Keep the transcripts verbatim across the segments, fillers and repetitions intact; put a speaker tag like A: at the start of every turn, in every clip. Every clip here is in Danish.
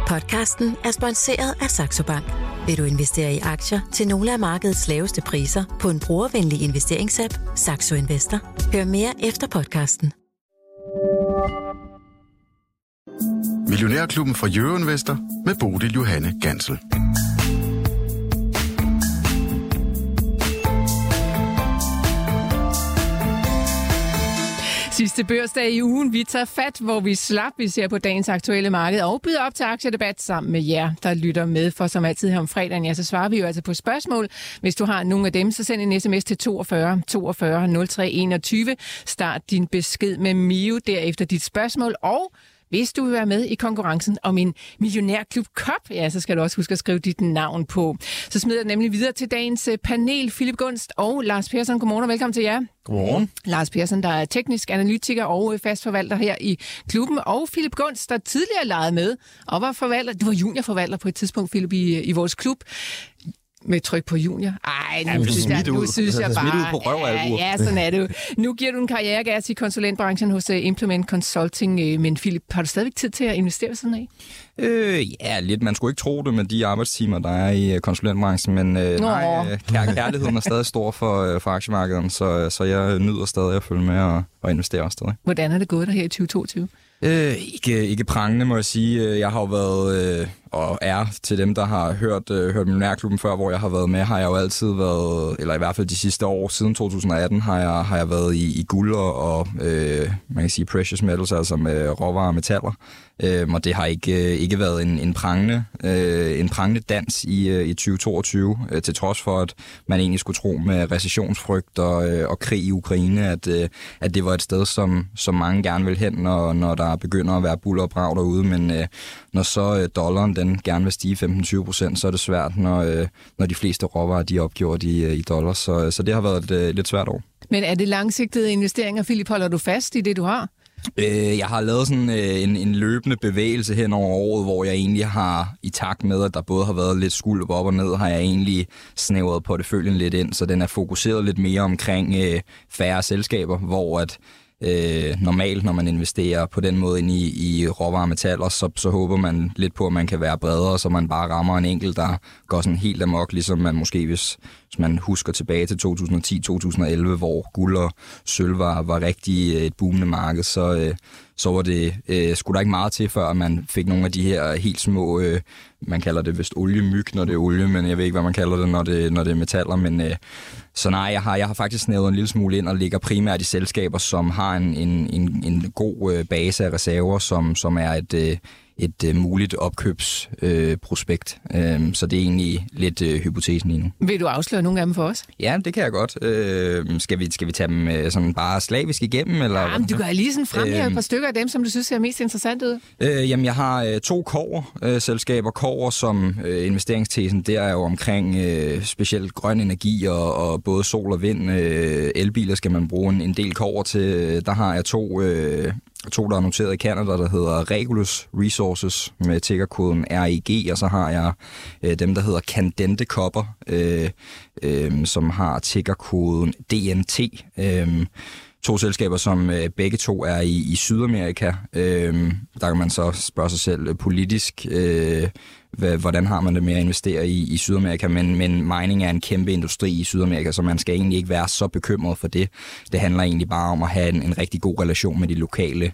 A: Podcasten er sponsoreret af Saxo Bank. Vil du investere i aktier til nogle af markedets laveste priser på en brugervenlig investeringsapp, Saxo Investor? Hør mere efter podcasten.
B: Millionærklubben fra Euroinvestor med Bodil Johanne Gansel.
C: Sidste børsdag i ugen. Vi tager fat, hvor vi slap. Vi ser på dagens aktuelle marked og byder op til aktiedebat sammen med jer, der lytter med. For som altid her om fredagen, ja, så svarer vi jo altså på spørgsmål. Hvis du har nogle af dem, så send en sms til toogfyrre toogfyrre nul tre enogtyve. Start din besked med Mio, derefter dit spørgsmål. Og hvis du vil være med i konkurrencen om en millionærklub Cup, ja, så skal du også huske at skrive dit navn på. Så smider jeg nemlig videre til dagens panel. Philip Gunst og Lars Persson. Godmorgen og velkommen til jer.
D: Godmorgen.
C: Lars Persson, der er teknisk analytiker og fastforvalter her i klubben. Og Philip Gunst, der tidligere legede med og var forvalter. Du var juniorforvalter på et tidspunkt, Philip, i, i vores klub. Med tryk på junior. Ej, nu,
D: ja,
C: synes, jeg, nu synes jeg bare...
D: ud på røvalbur.
C: Ja, ja, sådan er det jo. Nu giver du en karrieregas i konsulentbranchen hos uh, Implement Consulting. Men Philip, har du stadigvæk tid til at investere sådan af?
D: Øh, ja, lidt. Man skulle ikke tro det med de arbejdstimer, der er i konsulentbranchen, men øh, nej, kær- kærligheden er stadig stor for, for aktiemarkedet, så, så jeg nyder stadig at følge med og, og investere også stadig.
C: Hvordan er det gået der her i tyve toogtyve?
D: Øh, ikke, ikke prangende, må jeg sige. Jeg har jo været, øh, og er til dem, der har hørt, øh, hørt Millionærklubben før, hvor jeg har været med, har jeg jo altid været, eller i hvert fald de sidste år, siden to tusind atten, har jeg, har jeg været i, i guld og, øh, man kan sige precious metals, altså med råvarer og metaller. Øh, og det har ikke, øh, ikke været en, en, prangende, øh, en prangende dans i, øh, i tyve toogtyve, øh, til trods for, at man egentlig skulle tro med recessionsfrygt og, øh, og krig i Ukraine, at, øh, at det var et sted, som, som mange gerne vil hen, når, når der begynder at være buller og brag derude. Men øh, når så øh, dollaren den gerne vil stige femten til tyve procent, så er det svært, når, øh, når de fleste råvarer de er opgjort i, øh, i dollars. Så, så det har været et øh, lidt svært år.
C: Men er det langsigtede investeringer, Philip? Holder du fast i det, du har?
D: Øh, jeg har lavet sådan øh, en, en løbende bevægelse hen over året, hvor jeg egentlig har, i takt med, at der både har været lidt skulder op og ned, har jeg egentlig snævret porteføljen lidt ind, så den er fokuseret lidt mere omkring øh, færre selskaber, hvor at Øh, normalt, når man investerer på den måde ind i, i råvarer og metaller, så, så håber man lidt på, at man kan være bredere, så man bare rammer en enkelt, der går sådan helt amok, ligesom man måske, hvis, hvis man husker tilbage til to tusind og ti til to tusind og elleve, hvor guld og sølv var, var rigtig et boomende marked, så, øh, så var det, øh, skulle der ikke meget til, før man fik nogle af de her helt små, øh, man kalder det vist oliemyg, når det er olie, men jeg ved ikke, hvad man kalder det, når det, når det er metaller, men øh, så nej, jeg har, jeg har faktisk snævret en lille smule ind og ligger primært i selskaber, som har en, en, en, en god øh, base af reserver, som, som er et, øh, et øh, muligt opkøbsprospekt. Øh, øh, så det er egentlig lidt øh, hypotesen lige nu.
C: Vil du afsløre nogle af dem for os?
D: Ja, det kan jeg godt. Øh, skal, vi, skal vi tage dem øh, sådan bare slavisk igennem? Eller?
C: Ja, men du kan lige sådan fremhæve øh, et par stykker af dem, som du synes ser mest interessant ud.
D: Øh, jamen, jeg har øh, to Kobber-selskaber. Kobber som øh, investeringstesen, der er jo omkring øh, specielt grøn energi og, og både sol og vind. Øh, elbiler skal man bruge en, en del Kobber til. Der har jeg to... Øh, To, der er noteret i Canada, der hedder Regulus Resources med tickerkoden R E G, og så har jeg øh, dem, der hedder Candente Copper, øh, øh, som har tickerkoden D N T. Øh, to selskaber, som øh, begge to er i, i Sydamerika. Øh, der kan man så spørge sig selv politisk, øh, hvordan har man det med at investere i, i Sydamerika, men, men mining er en kæmpe industri i Sydamerika, så man skal egentlig ikke være så bekymret for det. Det handler egentlig bare om at have en, en rigtig god relation med de lokale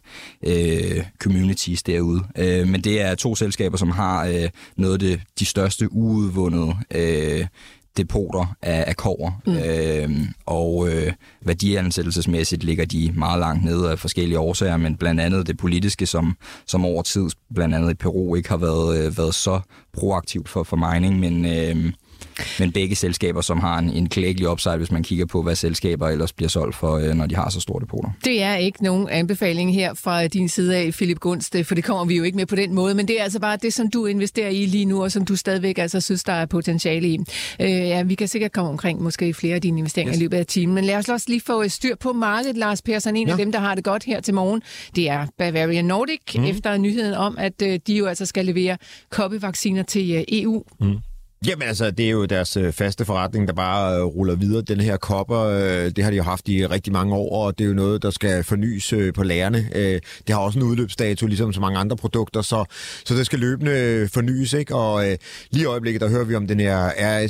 D: øh, communities derude. Øh, men det er to selskaber, som har øh, noget af det, de største uudvundede øh, depoter af, af kobber, mm. øh, og øh, værdiansættelsesmæssigt ligger de meget langt nede af forskellige årsager, men blandt andet det politiske, som, som over tid, blandt andet i Peru, ikke har været, øh, været så proaktivt for, for mining, men, øh, men begge selskaber, som har en, en klækkelig upside, hvis man kigger på, hvad selskaber ellers bliver solgt for, øh, når de har så store depoter. Det
C: er ikke nogen anbefaling her fra din side af, Philip Gunst, for det kommer vi jo ikke med på den måde, men det er altså bare det, som du investerer i lige nu, og som du stadigvæk altså synes, der er potentiale i. Øh, ja, vi kan sikkert komme omkring måske flere af dine investeringer yes. i løbet af timen, men lad os også lige få styr på markedet, Lars Persson. En ja. af dem, der har det godt her til morgen, det er Bavarian Nordic, mm. efter nyheden om, at øh, de jo altså skal levere koppevacciner til øh, E U. Mm.
E: Jamen altså, det er jo deres øh, faste forretning, der bare øh, ruller videre. Den her kopper, øh, det har de jo haft i rigtig mange år, og det er jo noget, der skal fornyes øh, på lagerne. Øh, det har også en udløbsdato, ligesom så mange andre produkter, så, så det skal løbende fornyes, ikke? Og øh, lige i øjeblikket, der hører vi om den her R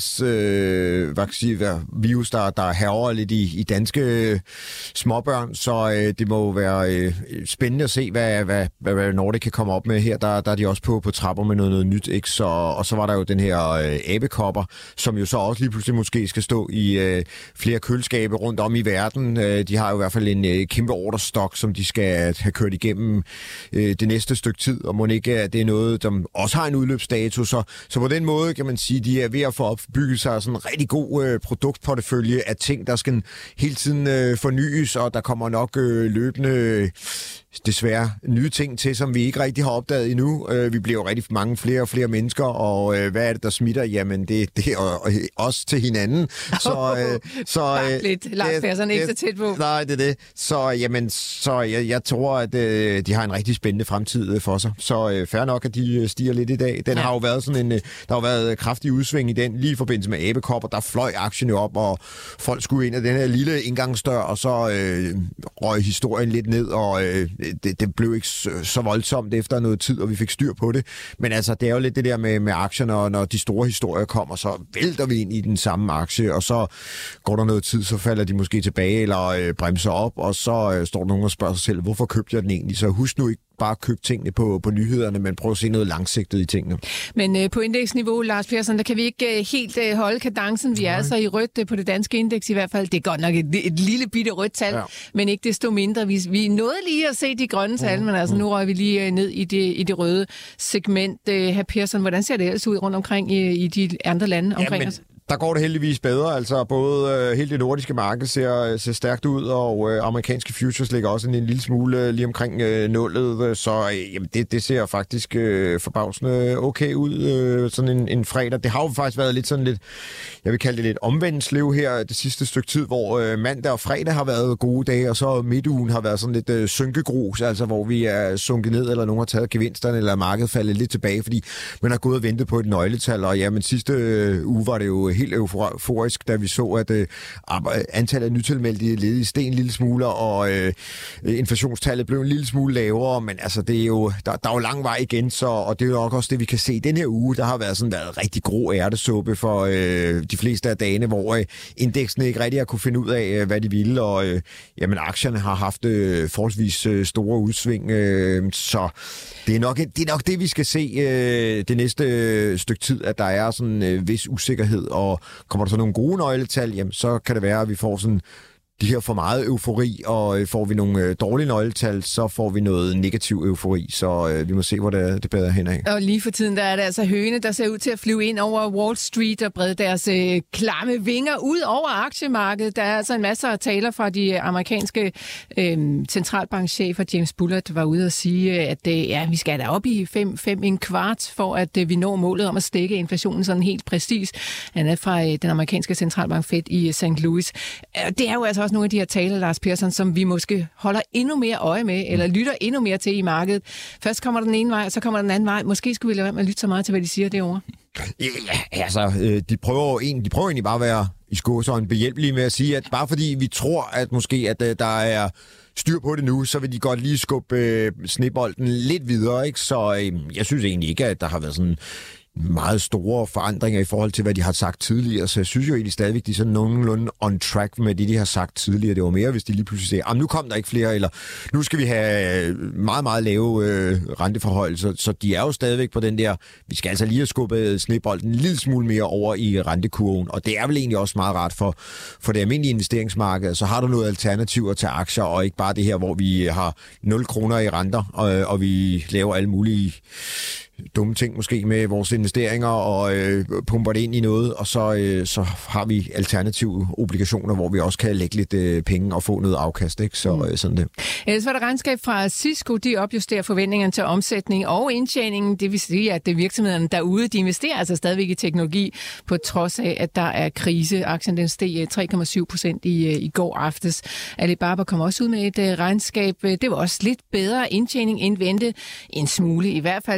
E: S-virus, øh, der, der hærger lidt i, i danske øh, småbørn, så øh, det må jo være øh, spændende at se, hvad, hvad, hvad, hvad Nordic kan komme op med her. Der, der er de også på, på trapper med noget, noget nyt, ikke? Så, og så var der jo den her øh, abekopper, som jo så også lige pludselig måske skal stå i øh, flere kølskabe rundt om i verden. Øh, de har jo i hvert fald en øh, kæmpe orderstok, som de skal have kørt igennem øh, det næste stykke tid, og må ikke, at det er noget, som også har en udløbsdato. Så, så på den måde kan man sige, at de er ved at få opbygget sig sådan en rigtig god øh, produktportefølje af ting, der skal hele tiden øh, fornyes, og der kommer nok øh, løbende øh, desværre nye ting til, som vi ikke rigtig har opdaget endnu. Øh, vi bliver jo rigtig mange flere og flere mennesker, og øh, hvad er det, der smitter? Jamen, det, det er øh, os til hinanden. Så, øh, så
C: øh, lidt. Lars Persson ikke så tæt på.
E: Nej, det er det. Så, jamen, så jeg, jeg tror, at øh, de har en rigtig spændende fremtid for sig. Så øh, fair nok, at de stiger lidt i dag. Den ja. har jo været sådan en, øh, der har jo været kraftig udsving i den, lige i forbindelse med abekopper. Der fløj aktien jo op, og folk skulle ind af den her lille indgangsdør, og så øh, røg historien lidt ned, og øh, det, det blev ikke så, så voldsomt efter noget tid, og vi fik styr på det. Men altså, det er jo lidt det der med, med aktierne, og når de store historier kommer, så vælter vi ind i den samme aktie, og så går der noget tid, så falder de måske tilbage, eller øh, bremser op, og så øh, står der nogen og spørger sig selv, hvorfor købte jeg den egentlig? Så husk nu ikke bare købe tingene på, på nyhederne, men prøv at se noget langsigtet i tingene.
C: Men øh, på indeksniveau, Lars Persson, der kan vi ikke øh, helt øh, holde kadencen. Vi er altså i rødt øh, på det danske indeks i hvert fald. Det er godt nok et, et lille bitte rødt tal, ja. men ikke desto mindre. Vi, vi nåede lige at se de grønne tal, mm. men altså nu røg vi lige øh, ned i det, i det røde segment. Øh, Hr. Persson, hvordan ser det ellers ud rundt omkring i, i de andre lande omkring ja, men... os?
E: Der går det heldigvis bedre, altså både øh, hele det nordiske marked ser, ser stærkt ud, og øh, amerikanske futures ligger også en, en lille smule øh, lige omkring øh, nullet, så øh, jamen, det, det ser faktisk øh, forbavsende okay ud, øh, sådan en, en fredag. Det har jo faktisk været lidt sådan lidt, jeg vil kalde det lidt omvendelseslev her det sidste stykke tid, hvor øh, mandag og fredag har været gode dage, og så midtugen har været sådan lidt øh, synkegrus, altså hvor vi er sunket ned, eller nogen har taget gevinsterne, eller markedet faldet lidt tilbage, fordi man har gået og ventet på et nøgletal, og ja, men sidste øh, uge var det jo helt euforisk, da vi så, at øh, antallet af nytilmeldte ledige steg en lille smule, og øh, inflationstallet blev en lille smule lavere, men altså, det er jo, der, der er jo lang vej igen, så, og det er jo nok også det, vi kan se. Den her uge, der har været sådan været rigtig grå ærtesuppe for øh, de fleste af dagene, hvor øh, indeksene ikke rigtig har kunne finde ud af, øh, hvad de ville, og øh, jamen, aktierne har haft øh, forholdsvis øh, store udsving, øh, så det er, nok, det er nok det, vi skal se øh, det næste øh, stykke tid, at der er sådan en øh, vis usikkerhed, og kommer der så nogle gode nøgletal, jamen, så kan det være, at vi får sådan de her for meget eufori, og får vi nogle øh, dårlige nøgletal, så får vi noget negativ eufori, så øh, vi må se, hvor det, det bedre henad.
C: Og lige for tiden, der er det altså høne, der ser ud til at flyve ind over Wall Street og brede deres øh, klamme vinger ud over aktiemarkedet. Der er altså en masse taler fra de amerikanske øh, centralbankchefer. James Bullard var ude at sige, at øh, ja, vi skal da op i fem, fem en kvart, for at øh, vi når målet om at stikke inflationen sådan helt præcis. Han er fra øh, den amerikanske centralbank Fed i Saint Louis. Det er jo altså også nogle af de her taler, Lars Persson, som vi måske holder endnu mere øje med, eller lytter endnu mere til i markedet. Først kommer den ene vej, og så kommer den anden vej. Måske skulle vi lade være med at lytte så meget til, hvad de siger derovre.
E: Ja, altså, de prøver, en, de prøver egentlig bare at være i skåsøjne behjælpelige med at sige, at bare fordi vi tror, at måske at der er styr på det nu, så vil de godt lige skubbe øh, snebolden lidt videre, ikke? Så øh, jeg synes egentlig ikke, at der har været sådan meget store forandringer i forhold til, hvad de har sagt tidligere. Så jeg synes jo egentlig stadigvæk, de er sådan nogenlunde on track med det, de har sagt tidligere. Det var mere, hvis de lige pludselig siger, nu kom der ikke flere, eller nu skal vi have meget, meget lave øh, renteforhold. Så de er jo stadigvæk på den der, vi skal altså lige have skubbet snebolden en lille smule mere over i rentekurven. Og det er vel egentlig også meget rart for, for det almindelige investeringsmarked. Så har du noget alternativer til aktier, og ikke bare det her, hvor vi har nul kroner i renter, og, og vi laver alle mulige dumme ting måske med vores investeringer og øh, pumper det ind i noget, og så, øh, så har vi alternative obligationer, hvor vi også kan lægge lidt øh, penge og få noget afkast, ikke? Så øh, sådan det.
C: Ellers var der regnskab fra Cisco, de opjusterer forventningerne til omsætning og indtjeningen. Det vil sige, at virksomhederne derude, de investerer altså stadigvæk i teknologi, på trods af, at der er krise. Aktien den steg tre komma syv procent i, i går aftes. Alibaba kom også ud med et regnskab. Det var også lidt bedre indtjening end ventet. En smule i hvert fald. Til gengæld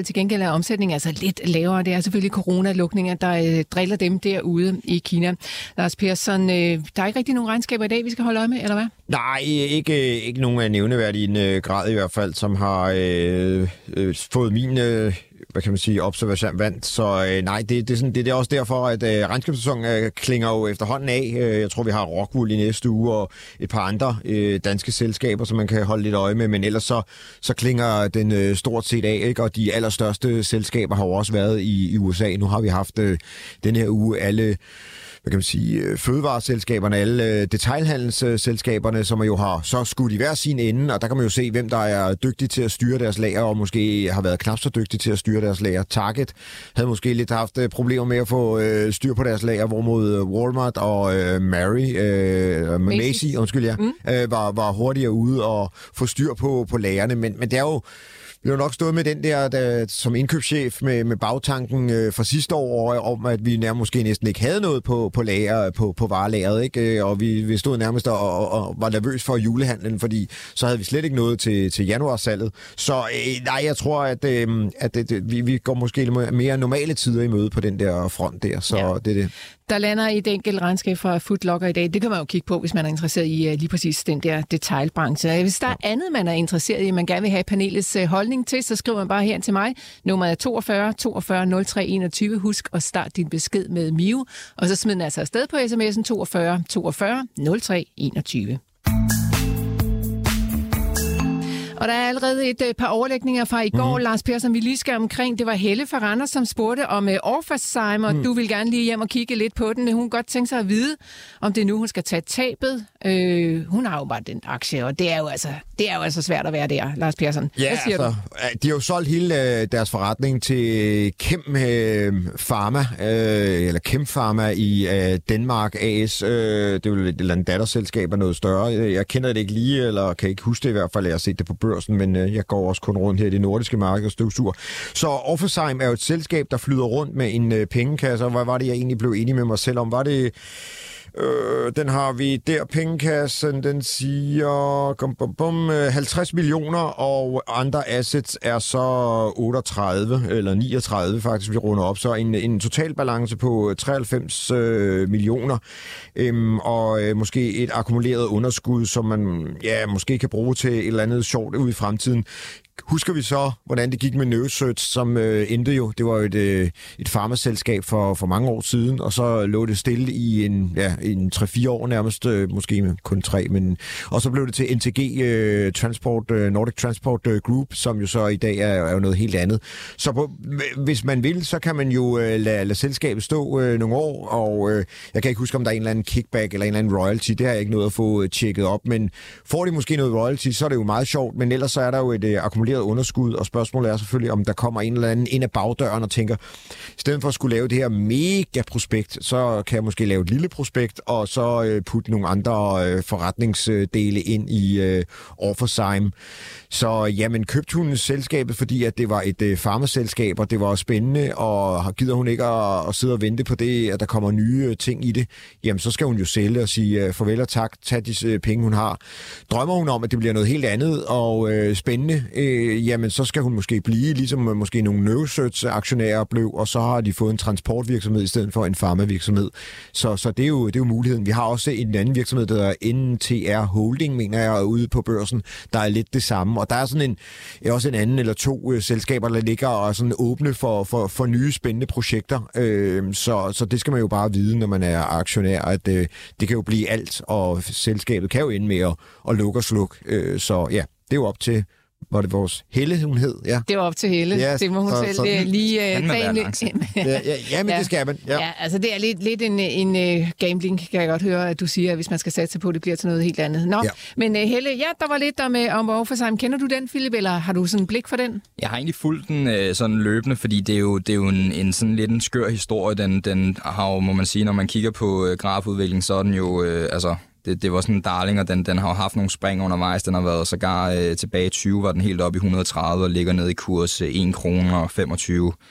C: er omsætningen altså lidt lavere. Det er selvfølgelig coronalukninger, der øh, driller dem derude i Kina. Lars Persson, øh, der er ikke rigtig nogen regnskaber i dag, vi skal holde øje med, eller hvad?
E: Nej, ikke, ikke nogen af nævneværdige grad i hvert fald, som har øh, øh, fået min... Øh hvad kan man sige, observation vandt. Så øh, nej, det, det, er sådan, det, det er også derfor, at øh, regnskabssæsonen øh, klinger jo efterhånden af. Øh, jeg tror, vi har Rockwool i næste uge og et par andre øh, danske selskaber, som man kan holde lidt øje med, men ellers så, så klinger den øh, stort set af, ikke? Og de allerstørste selskaber har jo også været i, i U S A. Nu har vi haft øh, den her uge alle hvad kan man sige, fødevareselskaberne, alle detailhandelsselskaberne, som jo har så skudt i hver sin ende, og der kan man jo se, hvem der er dygtig til at styre deres lager, og måske har været knap så dygtig til at styre deres lager. Target havde måske lidt haft problemer med at få øh, styr på deres lager, hvorimod Walmart og øh, Mary, øh, Macy, undskyld, ja, mm. øh, var, var hurtigere ude og få styr på, på lagerne, men, men det er jo vi har nok stået med den der, der som indkøbschef med, med bagtanken øh, fra sidste år, om at vi nærmest måske næsten ikke havde noget på, på, lager, på, på varelageret, ikke? Og vi, vi stod nærmest og, og, og var nervøs for julehandlen, fordi så havde vi slet ikke noget til, til januarsalget. Så øh, nej, jeg tror, at, øh, at det, vi, vi går måske mere normale tider i møde på den der front der, så ja. det er det.
C: Der lander et enkelt regnskab fra Foot Locker i dag. Det kan man jo kigge på, hvis man er interesseret i uh, lige præcis den der detailbranche. Hvis der er andet, man er interesseret i, man gerne vil have panelets uh, holdning til, så skriver man bare her til mig. Nummeret er toogfyrre toogfyrre nul tre enogtyve. Husk at starte din besked med M I U, og så smid den altså afsted på sms'en toogfyrre toogfyrre nul tre enogtyve. Og der er allerede et par overlægninger fra i går, mm. Lars Persson, vi lige skal omkring. Det var Helle fra Randers, som spurgte om uh, Orphazyme, og mm. du vil gerne lige hjem og kigge lidt på den. Hun kan godt tænke sig at vide, om det er nu, hun skal tage tabet. Øh, hun har jo bare den aktie, og det er jo altså, det er jo altså svært at være der, Lars Persson.
E: Ja, Hvad siger altså, du? De har jo solgt hele øh, deres forretning til Chem øh, Pharma, øh, eller Chem Pharma i øh, Danmark A S. Øh, det er jo et eller andet datterselskab af noget større. Jeg kender det ikke lige, eller kan ikke huske det i hvert fald. Jeg har set det på børsen, men øh, jeg går også kun rundt her i det nordiske marked og støvsuger. Så Orphazyme er jo et selskab, der flyder rundt med en øh, pengekasse, og hvad var det, jeg egentlig blev enig med mig selv om? Var det... Øh, den har vi der, pengekassen, den siger bum, bum, bum, halvtreds millioner, og andre assets er så otteogtredive, eller niogtredive faktisk, vi runder op, så en, en totalbalance på treoghalvfems øh, millioner, øhm, og øh, måske et akkumuleret underskud, som man ja, måske kan bruge til et eller andet sjovt ude i fremtiden. Husker vi så, hvordan det gik med Neusearch, som øh, endte jo, det var jo et, øh, et farmaselskab for, for mange år siden, og så lå det stille i en, ja, en tre fire år nærmest, øh, måske kun tre, men og så blev det til N T G øh, Transport, øh, Nordic Transport øh, Group, som jo så i dag er, er jo noget helt andet. Så på, hvis man vil, så kan man jo øh, lade, lade selskabet stå øh, nogle år, og øh, jeg kan ikke huske, om der er en eller anden kickback eller en eller anden royalty, det har jeg ikke noget at få øh, tjekket op, men får de måske noget royalty, så er det jo meget sjovt, men ellers så er der jo et øh, underskud, og spørgsmålet er selvfølgelig, om der kommer en eller anden ind ad bagdøren og tænker, i stedet for at skulle lave det her mega prospekt, så kan jeg måske lave et lille prospekt, og så øh, putte nogle andre øh, forretningsdele ind i øh, Orphazyme. Så jamen, købte hun selskabet, fordi at det var et øh, farmaselskab, og det var spændende, og gider hun ikke at, at sidde og vente på det, at der kommer nye øh, ting i det, jamen så skal hun jo sælge og sige øh, farvel og tak, tag de øh, penge, hun har. Drømmer hun om, at det bliver noget helt andet og øh, spændende, øh, jamen så skal hun måske blive, ligesom måske nogle Neusearch-aktionærer blev, og så har de fået en transportvirksomhed i stedet for en farmavirksomhed. Så, så det, er jo, det er jo muligheden. Vi har også en anden virksomhed, der er N T R Holding, mener jeg, ude på børsen, der er lidt det samme. Og der er sådan en, også en anden eller to øh, selskaber, der ligger og er sådan åbne for, for, for nye spændende projekter. Øh, så, så det skal man jo bare vide, når man er aktionær, at øh, det kan jo blive alt, og selskabet kan jo ende med at, at lukke og slukke. Øh, så ja, det er jo op til var det vores Helle, hun hed? Ja.
C: Det var op til Helle. Ja, det må hun så, selv så, lige uh, tage
E: en... ja, ja, ja, men ja. Det skal man. Ja,
C: ja altså det er lidt, lidt en, en uh, gambling, kan jeg godt høre, at du siger, hvis man skal satse på, det bliver til noget helt andet. Nå, ja. Men uh, Helle, ja, der var lidt om, uh, om Orphazyme. Kender du den, Philip, eller har du sådan en blik for den?
D: Jeg har egentlig fulgt den uh, sådan løbende, fordi det er jo, det er jo en, en sådan lidt en skør historie. Den, den har jo, må man sige, når man kigger på uh, grafudvikling, så er den jo, uh, altså... Det, det var sådan en darling, og den, den har jo haft nogle spring undervejs. Den har været sågar øh, tilbage i tyve, var den helt oppe i et hundrede og tredive og ligger nede i kurs øh, en krone og femogtyve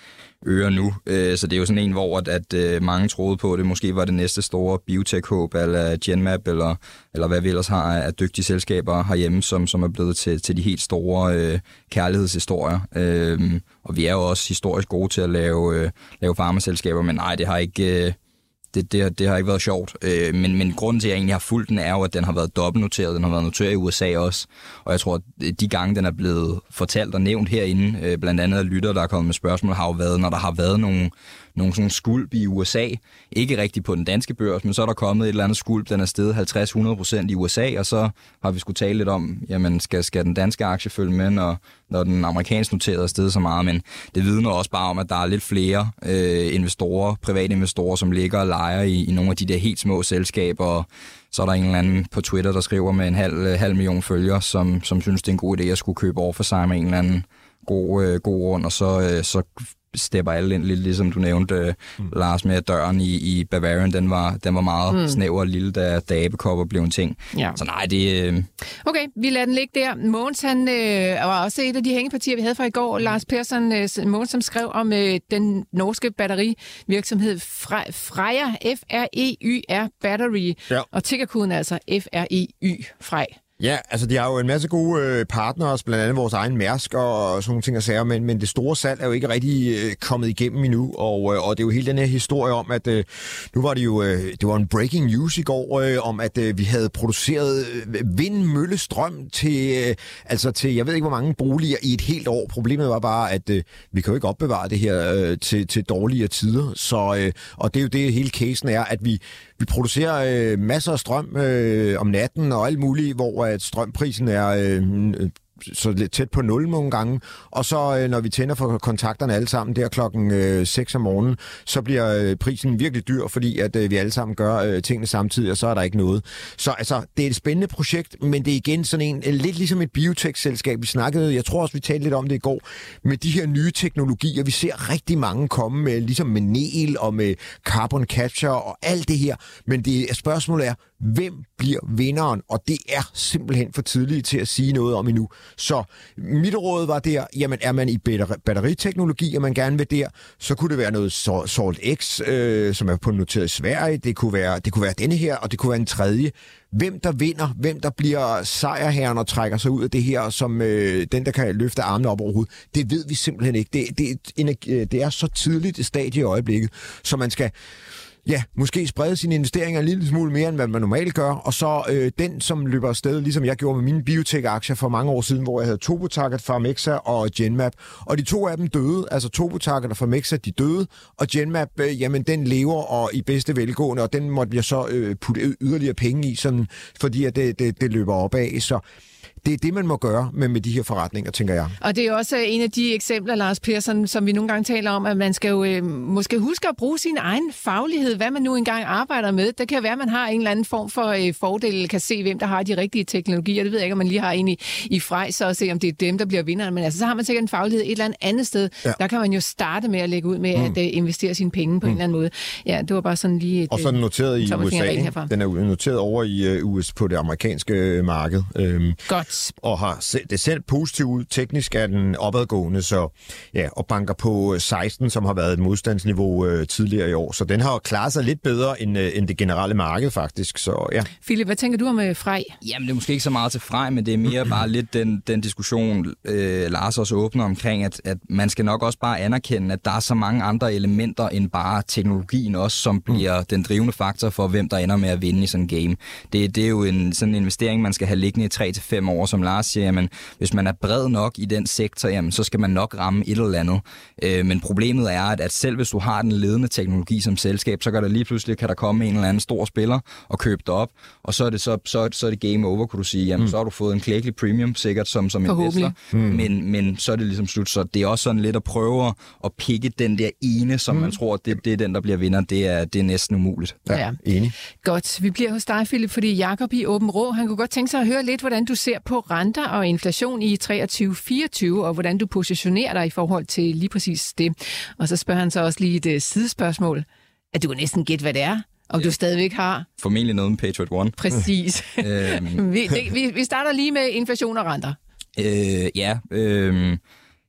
D: ører nu. Øh, så det er jo sådan en, hvor at, at øh, mange troede på, at det måske var det næste store biotech-håb, eller Genmab, eller, eller hvad vi ellers har af dygtige selskaber herhjemme, som, som er blevet til, til de helt store øh, kærlighedshistorier. Øh, og vi er jo også historisk gode til at lave, øh, lave farmaselskaber, men nej, det har ikke... Øh, Det, det, det har ikke været sjovt, øh, men, men grunden til, at jeg egentlig har fulgt den, er jo, at den har været dobbeltnoteret. Den har været noteret i U S A også, og jeg tror, at de gange, den er blevet fortalt og nævnt herinde, øh, blandt andet af lytter, der er kommet med spørgsmål, har jo været, når der har været nogle, nogle sådan skulp i U S A. Ikke rigtig på den danske børs, men så er der kommet et eller andet skulp, den er steget halvtreds til hundrede procent i U S A, og så har vi skulle tale lidt om, jamen, skal, skal den danske aktie følge med, når, når den amerikanske noterede er steget så meget, men det vidner også bare om, at der er lidt flere øh, investorer, private investorer, som ligger og leger i, i nogle af de der helt små selskaber, og så er der en eller anden på Twitter, der skriver med en halv, halv million følgere, som, som synes, det er en god idé at skulle købe over for sig med en eller anden god, øh, god grund, og så, øh, så stepper alle ind lidt, ligesom du nævnte, øh, mm. Lars, med døren i, i Bavarian, den var, den var meget mm. snæver og lille, da, da abekopper blev en ting. Ja. Så nej, det... Øh...
C: Okay, vi lader den ligge der. Mogens, han øh, var også et af de hængepartier, vi havde fra i går. Lars Persson, øh, Mogens, som skrev om øh, den norske batterivirksomhed Fre- Freja, F R E Y R Battery, ja. Og tickerkoden er altså F R E Y, Frej.
E: Ja, altså de har jo en masse gode øh, partners, blandt andet vores egen Mærsk og, og sådan nogle ting og sager, men, men det store salg er jo ikke rigtig øh, kommet igennem endnu, og, øh, og det er jo hele den her historie om, at øh, nu var det jo øh, det var en breaking news i går, øh, om at øh, vi havde produceret øh, vindmøllestrøm til, øh, altså til, jeg ved ikke hvor mange boliger i et helt år. Problemet var bare, at øh, vi kan jo ikke opbevare det her øh, til, til dårligere tider, så, øh, og det er jo det hele casen er, at vi Vi producerer øh, masser af strøm øh, om natten og alt muligt, hvor at strømprisen er øh, så lidt tæt på nul nogle gange. Og så øh, når vi tænder for kontakterne alle sammen der klokken øh, seks om morgenen, så bliver øh, prisen virkelig dyr, fordi at øh, vi alle sammen gør øh, tingene samtidig, og så er der ikke noget. Så altså, det er et spændende projekt, men det er igen sådan en, øh, lidt ligesom et biotech-selskab. Vi snakkede, jeg tror også, vi talte lidt om det i går, med de her nye teknologier. Vi ser rigtig mange komme med, ligesom med Nel og med carbon capture og alt det her. Men det spørgsmålet er, hvem bliver vinderen? Og det er simpelthen for tidligt til at sige noget om endnu. Så mit råd var der, jamen er man i batteriteknologi, og man gerne vil der, så kunne det være noget Salt X, øh, som er på noteret i Sverige. Det kunne være, det kunne være denne her, og det kunne være en tredje. Hvem der vinder, hvem der bliver sejrherren og trækker sig ud af det her, som øh, den, der kan løfte armene op overhovedet, det ved vi simpelthen ikke. Det, det, det er så tidligt et stadie i øjeblikket, så man skal... Ja, måske sprede sine investeringer en lille smule mere, end hvad man normalt gør, og så øh, den, som løber afsted, ligesom jeg gjorde med mine biotech-aktier for mange år siden, hvor jeg havde Topotarget, Pharmexa og Genmab, og de to af dem døde, altså Topotarget og Pharmexa, de døde, og Genmab, øh, jamen den lever og i bedste velgående, og den måtte jeg så øh, putte yderligere penge i, sådan, fordi at det, det, det løber opad, så det er det, man må gøre med, med de her forretninger, tænker jeg.
C: Og det er også en af de eksempler, Lars Persson, som vi nogle gange taler om, at man skal jo øh, måske huske at bruge sin egen faglighed, hvad man nu engang arbejder med. Det kan være, at man har en eller anden form for øh, fordel, eller kan se, hvem der har de rigtige teknologier. Det ved jeg ikke, om man lige har en i, i Frejs, og se, om det er dem, der bliver vinderen. Men altså, så har man sikkert en faglighed et eller andet andet sted. Ja. Der kan man jo starte med at lægge ud med mm. at uh, investere sine penge på mm. en eller anden måde. Ja, det var bare sådan lige... Et,
E: og så er den noteret i U S A. Den er noteret over i uh, U S på det amerikanske marked. Øhm,
C: Godt.
E: Og har det selv positivt ud. Teknisk er den opadgående, så ja, og banker på seksten, som har været et modstandsniveau øh, tidligere i år. Så den har klaret sig lidt bedre end, øh, end det generelle marked, faktisk. Så ja.
C: Philip, hvad tænker du om øh, Frej?
D: Jamen, det er måske ikke så meget til Frej, men det er mere bare lidt den, den diskussion, øh, Lars også åbner omkring, at, at man skal nok også bare anerkende, at der er så mange andre elementer end bare teknologien også, som bliver mm. den drivende faktor for, hvem der ender med at vinde i sådan en game. Det, det er jo en sådan en investering, man skal have liggende i tre til fem år, som Lars siger, jamen, hvis man er bred nok i den sektor, jamen, så skal man nok ramme et eller andet. Øh, men problemet er, at, at selv hvis du har den ledende teknologi som selskab, så kan der lige pludselig kan der komme en eller anden stor spiller og købe det op, og så er det, så, så, så er det game over, kunne du sige. Jamen, mm. så har du fået en klækkelig premium, sikkert som, som investor, mm. men, men så er det ligesom slut. Så det er også sådan lidt at prøve at pikke den der ene, som mm. man tror, det, det er den, der bliver vinder. Det er, det er næsten umuligt.
E: Ja, ja, enig.
C: Godt. Vi bliver hos dig, Philip, fordi Jakob i Åben Rå, han kunne godt tænke sig at høre lidt, hvordan du ser på renter og inflation i treogtyve fireogtyve, og hvordan du positionerer dig i forhold til lige præcis det. Og så spørger han så også lige et uh, sidespørgsmål. At du kan næsten gætte, hvad det er, om ja. du stadigvæk har.
D: Formentlig noget med Patriot One.
C: Præcis. vi, det, vi, vi starter lige med inflation og renter.
D: Øh, ja, øh,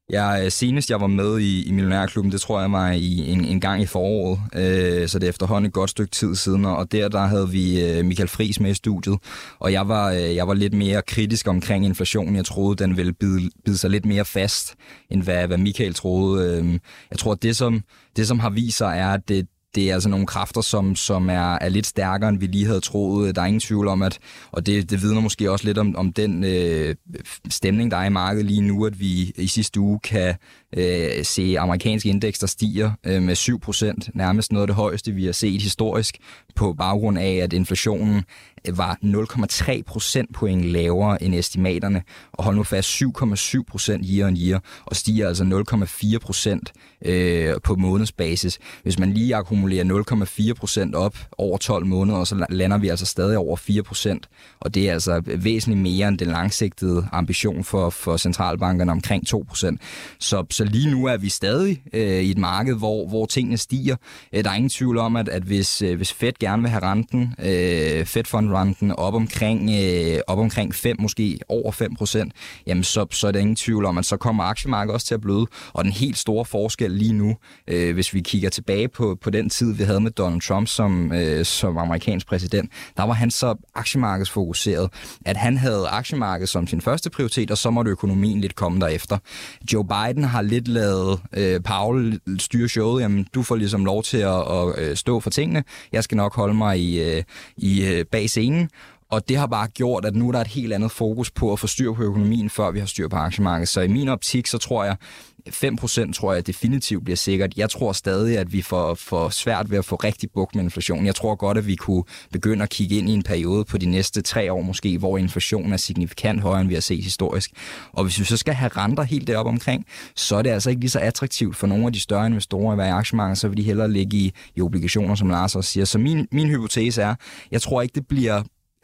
D: Jeg, senest jeg var med i, i Millionærklubben, det tror jeg var i en, en gang i foråret, øh, så det er efterhånden et godt stykke tid siden, og der, der havde vi øh, Michael Friis med i studiet, og jeg var, øh, jeg var lidt mere kritisk omkring inflationen. Jeg troede, den ville bide, bide sig lidt mere fast, end hvad, hvad Michael troede. Øh, jeg tror, at det som, det, som har vist sig, er, at det Det er altså nogle kræfter, som, som er, er lidt stærkere, end vi lige havde troet. Der er ingen tvivl om, at, og det, det vidner måske også lidt om, om den øh, stemning, der er i markedet lige nu, at vi i sidste uge kan øh, se amerikanske indeks, der stiger øh, med syv procent, nærmest noget af det højeste, vi har set historisk, på baggrund af, at inflationen var nul komma tre procentpoint lavere end estimaterne, og hold nu fast syv komma syv procent year on year, og stiger altså nul komma fire procent øh, på månedsbasis. Hvis man lige akkumulerer nul komma fire procent op over tolv måneder, så lander vi altså stadig over fire procent, og det er altså væsentligt mere end den langsigtede ambition for, for centralbankerne omkring to procent. Så, så lige nu er vi stadig øh, i et marked, hvor, hvor tingene stiger. Der er ingen tvivl om, at, at hvis, øh, hvis Fed gerne vil have renten, øh, Fed Fund renten op omkring, øh, op omkring fem, måske over fem procent, jamen så, så er der ingen tvivl om, at så kommer aktiemarkedet også til at bløde. Og den helt store forskel lige nu, øh, hvis vi kigger tilbage på, på den tid, vi havde med Donald Trump som, øh, som amerikansk præsident, der var han så aktiemarkedsfokuseret, at han havde aktiemarkedet som sin første prioritet, og så måtte økonomien lidt komme derefter. Joe Biden har lidt lavet øh, Powell styre showet, jamen du får ligesom lov til at, at stå for tingene, jeg skal nok holde mig i, øh, i øh, bag scenen. Og det har bare gjort, at nu er der et helt andet fokus på at få styr på økonomien, før vi har styr på aktiemarkedet. Så i min optik, så tror jeg, fem procent tror jeg definitivt bliver sikkert. Jeg tror stadig, at vi får, får svært ved at få rigtig bugt med inflation. Jeg tror godt, at vi kunne begynde at kigge ind i en periode på de næste tre år måske, hvor inflationen er signifikant højere, end vi har set historisk. Og hvis vi så skal have renter helt deroppe omkring, så er det altså ikke lige så attraktivt for nogle af de større investorer at være i aktiemarkedet, så vil de hellere ligge i, i obligationer, som Lars også siger. Så min, min hypotese er, jeg tror ikke, det bliver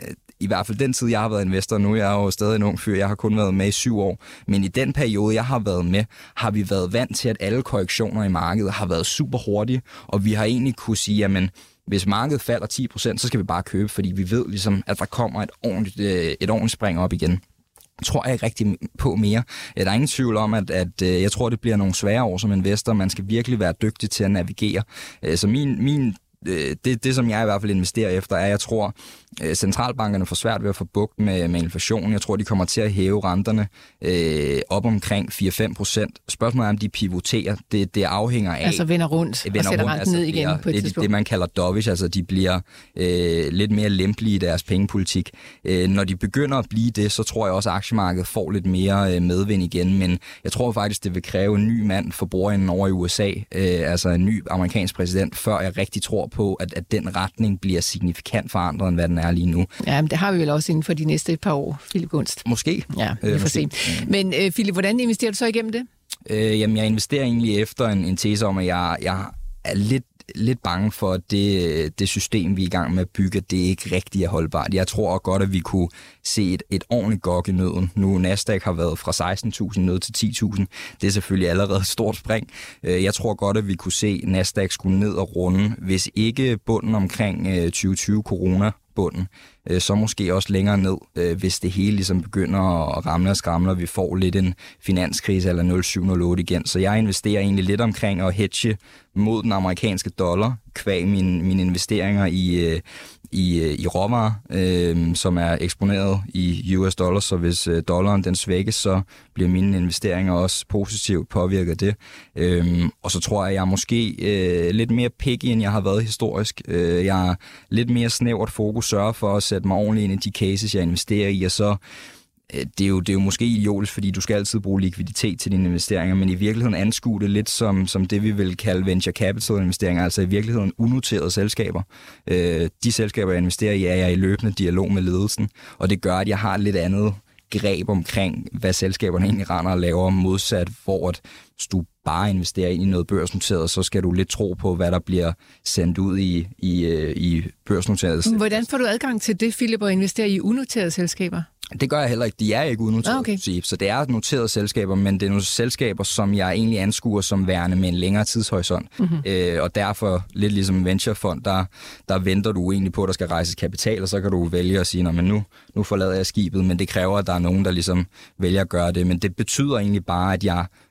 D: i hvert fald den tid, jeg har været investor, nu er jeg jo stadig en ung fyr, jeg har kun været med i syv år, men i den periode, jeg har været med, har vi været vant til, at alle korrektioner i markedet har været super hurtige, og vi har egentlig kunne sige, jamen, hvis markedet falder ti procent, så skal vi bare købe, fordi vi ved ligesom, at der kommer et ordentligt, et ordentligt spring op igen. Tror jeg ikke rigtig på mere. Der er ingen tvivl om, at, at jeg tror, det bliver nogle svære år som investor. Man skal virkelig være dygtig til at navigere. Så min, min Det, det, som jeg i hvert fald investerer efter, er, at jeg tror, at centralbankerne får svært ved at få bugt med, med inflationen. Jeg tror, de kommer til at hæve renterne øh, op omkring fire til fem procent. Spørgsmålet er, om de pivoterer. Det, det afhænger af...
C: Altså vender rundt vender og sætter rundt, renten altså, ned igen
D: er,
C: på et
D: det,
C: tidspunkt.
D: Det, man kalder dovish, altså de bliver øh, lidt mere lempelige i deres pengepolitik. Øh, når de begynder at blive det, så tror jeg også, at aktiemarkedet får lidt mere øh, medvind igen. Men jeg tror faktisk, det vil kræve en ny mand for bordenden over i U S A, øh, altså en ny amerikansk præsident, før jeg rigtig tror på, at, at den retning bliver signifikant forandret, end hvad den er lige nu.
C: Ja, men det har vi vel også inden for de næste par år, Philip Gunst.
D: Måske.
C: Ja, vi får se. Men øh, Philip, hvordan investerer du så igennem det?
D: Øh, jamen, jeg investerer egentlig efter en, en tese om, at jeg, jeg er lidt lidt bange for, at det, det system, vi er i gang med at bygge, det er ikke rigtig er holdbart. Jeg tror godt, at vi kunne se et, et ordentligt gok i nøden. Nu Nasdaq har været fra seksten tusind ned til ti tusind. Det er selvfølgelig allerede et stort spring. Jeg tror godt, at vi kunne se Nasdaq skulle ned og runde, hvis ikke bunden omkring tyve tyve corona bunden, så måske også længere ned, hvis det hele ligesom begynder at ramle og skramle, og vi får lidt en finanskrise eller nul syv nul otte igen. Så jeg investerer egentlig lidt omkring at hedge mod den amerikanske dollar, kvæg mine, mine investeringer i, i, i råvarer, øh, som er eksponeret i U S dollars, så hvis øh, dollaren den svækkes, så bliver mine investeringer også positivt påvirket af det. Øh, og så tror jeg, jeg er måske øh, lidt mere picky, end jeg har været historisk. Øh, jeg er lidt mere snævert fokus, sørger for at sætte mig ordentligt ind i de cases, jeg investerer i, og så Det er, jo, det er jo måske idiotisk, fordi du skal altid bruge likviditet til dine investeringer, men i virkeligheden anskue det lidt som, som det, vi vil kalde venture capital investeringer, altså i virkeligheden unoterede selskaber. Øh, de selskaber, jeg investerer i, er jeg i løbende dialog med ledelsen, og det gør, at jeg har et lidt andet greb omkring, hvad selskaberne egentlig render og laver, modsat, hvor at hvis du bare investerer ind i noget børsnoteret, så skal du lidt tro på, hvad der bliver sendt ud i, i, i børsnoterede.
C: Hvordan får du adgang til det, Philip, at investere i unoterede selskaber?
D: Det gør jeg heller ikke. De er ikke unoteret,
C: okay.
D: Så det er noterede selskaber, men det er nogle selskaber, som jeg egentlig anskuer som værende med en længere tidshorisont. Mm-hmm. Øh, og derfor, lidt ligesom en venturefond, der, der venter du egentlig på, at der skal rejses kapital, og så kan du vælge at sige, men nu, nu forlader jeg skibet, men det kræver, at der er nogen, der ligesom vælger at gøre det. Men det betyder egentlig bare, at jeg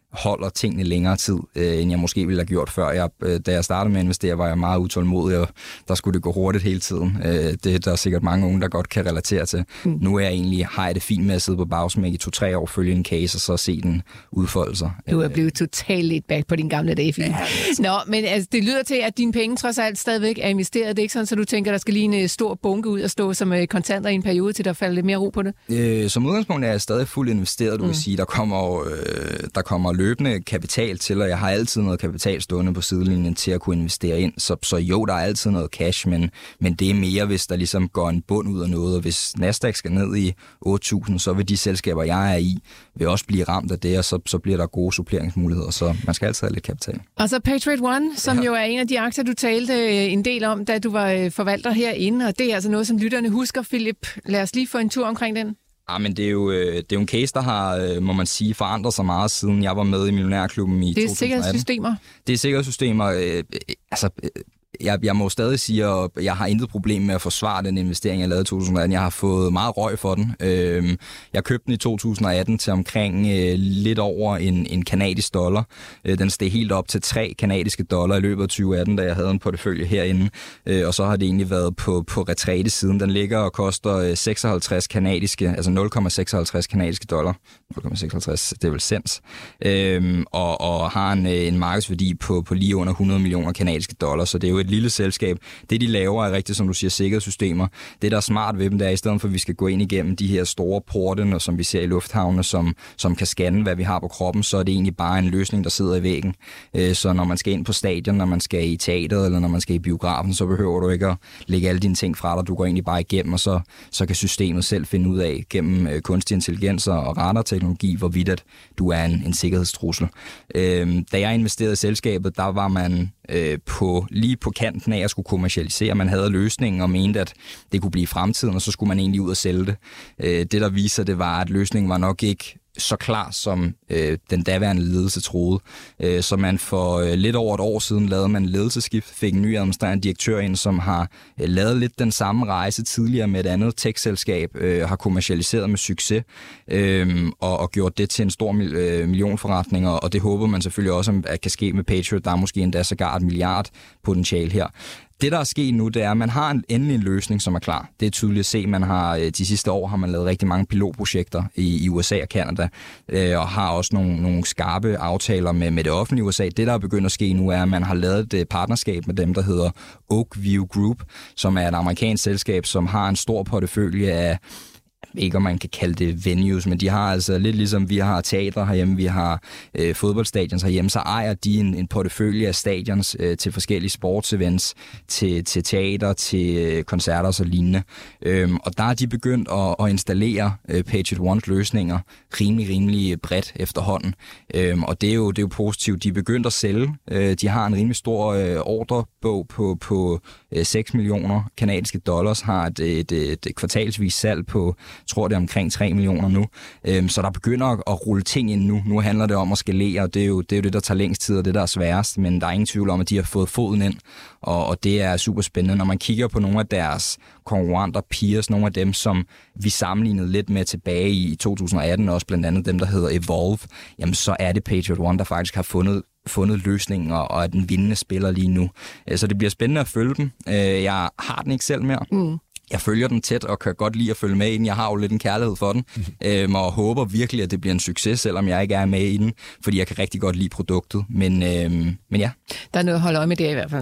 D: holder tingene længere tid, øh, end jeg måske ville have gjort før. Jeg, øh, da jeg startede med at investere, var jeg meget utålmodig, og der skulle det gå hurtigt hele tiden. Øh, det der er sikkert mange unge, der godt kan relatere til. Mm. Nu er jeg egentlig, har jeg det fint med at sidde på bagsmæk i to-tre år, følge en case, og så se den udfolde sig.
C: Du er blevet totalt lidt back på din gamle dage, Philip. Ja, altså. Nå, men altså, det lyder til, at dine penge trods alt stadigvæk er investeret. Det er ikke sådan, så du tænker, der skal lige en stor bunke ud og stå som kontanter i en periode, til der falder lidt mere ro på det?
D: Øh, som udgangspunkt er jeg stadig fuldt investeret, du mm. vil sige. Der kommer, øh, der kommer løbende kapital til, og jeg har altid noget kapital stående på sidelinjen til at kunne investere ind. Så, så jo, der er altid noget cash, men, men det er mere, hvis der ligesom går en bund ud af noget. Og hvis Nasdaq skal ned i otte tusind, så vil de selskaber, jeg er i, vil også blive ramt af det, og så, så bliver der gode suppleringsmuligheder. Så man skal altid have lidt kapital.
C: Og så Patriot One, som ja. jo er en af de aktier, du talte en del om, da du var forvalter herinde, og det er altså noget, som lytterne husker. Philip, lad os lige få en tur omkring den.
D: Ja, men det er, jo, det er jo en case, der har, må man sige, forandret sig meget, siden jeg var med i Millionærklubben i to tusind atten.
C: Det er sikkerhedssystemer?
D: Det er sikkerhedssystemer. Øh, altså, jeg, jeg må stadig sige, at jeg har intet problem med at forsvare den investering, jeg lavede i to tusind atten. Jeg har fået meget røg for den. Øh, jeg købte den i to tusind atten til omkring øh, lidt over en, en kanadisk dollar. Øh, den steg helt op til tre kanadiske dollar i løbet af tyve atten, da jeg havde en portefølje herinde. Øh, og så har det egentlig været på, på retræte siden. Den ligger og koster øh, seksoghalvtreds kanadiske, altså nul komma seksoghalvtreds kanadiske dollar. nul komma seksoghalvtreds, det er vel cents. Øh, og, og har en, en markedsværdi på, på lige under hundrede millioner kanadiske dollar, så det er jo et lille selskab. Det, de laver, er rigtigt, som du siger, sikkerhedssystemer. Det, der er smart ved dem, det er, i stedet for, at vi skal gå ind igennem de her store porte, som vi ser i lufthavne, som, som kan scanne, hvad vi har på kroppen, så er det egentlig bare en løsning, der sidder i væggen. Så når man skal ind på stadion, når man skal i teateret, eller når man skal i biografen, så behøver du ikke at lægge alle dine ting fra dig. Du går egentlig bare igennem, og så, så kan systemet selv finde ud af, gennem øh, kunstig intelligens og radarteknologi, hvorvidt at du er en, en sikkerhedstrussel. Øh, da jeg investerede i selskabet, der var man øh, på, lige på kanten af at skulle kommercialisere. Man havde løsningen og mente, at det kunne blive fremtiden, og så skulle man egentlig ud og sælge det. Øh, det, der viser, det var, at løsningen var nok ikke så klar, som øh, den daværende ledelse troede. Øh, så man for øh, lidt over et år siden lavede man ledelsesskift, fik en ny administrerende direktør ind, som har øh, lavet lidt den samme rejse tidligere med et andet tech-selskab, øh, har kommercialiseret med succes, øh, og, og gjort det til en stor mil, øh, millionforretning, og, og det håber man selvfølgelig også, at kan ske med Patriot. Der er måske endda sågar et milliard potentiale her. Det, der er sket nu, det er, at man har en, endelig en løsning, som er klar. Det er tydeligt at se, man har de sidste år har man lavet rigtig mange pilotprojekter i, i U S A og Canada, øh, og har også nogle, nogle skarpe aftaler med, med det offentlige U S A. Det, der er begyndt at ske nu, er, at man har lavet et partnerskab med dem, der hedder Oakview Group, som er et amerikansk selskab, som har en stor portefølje af, ikke om man kan kalde det venues, men de har altså lidt ligesom vi har teater herhjemme, vi har øh, fodboldstadions herhjemme, så ejer de en, en portefølje af stadions øh, til forskellige sportsevents, til, til teater, til øh, koncerter og så lignende. Øhm, og der er de begyndt at, at installere øh, Patriot Ones løsninger rimelig, rimelig bredt efterhånden. Øhm, og det er, jo, det er jo positivt. De er begyndt at sælge. Øh, de har en rimelig stor øh, ordrebog på, på øh, seks millioner kanadiske dollars, har et, et, et, et kvartalsvis salg på, jeg tror det er omkring tre millioner nu. Øhm, så der begynder at rulle ting ind nu. Nu handler det om at skalere, og det er, jo, det er jo det, der tager længst tid, og det, der er sværest. Men der er ingen tvivl om, at de har fået foden ind, og, og det er super spændende. Når man kigger på nogle af deres konkurrenter, peers, nogle af dem, som vi sammenlignede lidt med tilbage i to tusind atten, også blandt andet dem, der hedder Evolve, jamen så er det Patriot One, der faktisk har fundet fundet løsninger og er den vindende spiller lige nu. Så det bliver spændende at følge dem. Jeg har den ikke selv mere. Mm. Jeg følger den tæt og kan godt lide at følge med i den. Jeg har jo lidt en kærlighed for den, mm-hmm. øhm, og håber virkelig, at det bliver en succes, selvom jeg ikke er med i den, fordi jeg kan rigtig godt lide produktet. Men, øhm, men ja.
C: Der er noget at holde øje med det i hvert fald.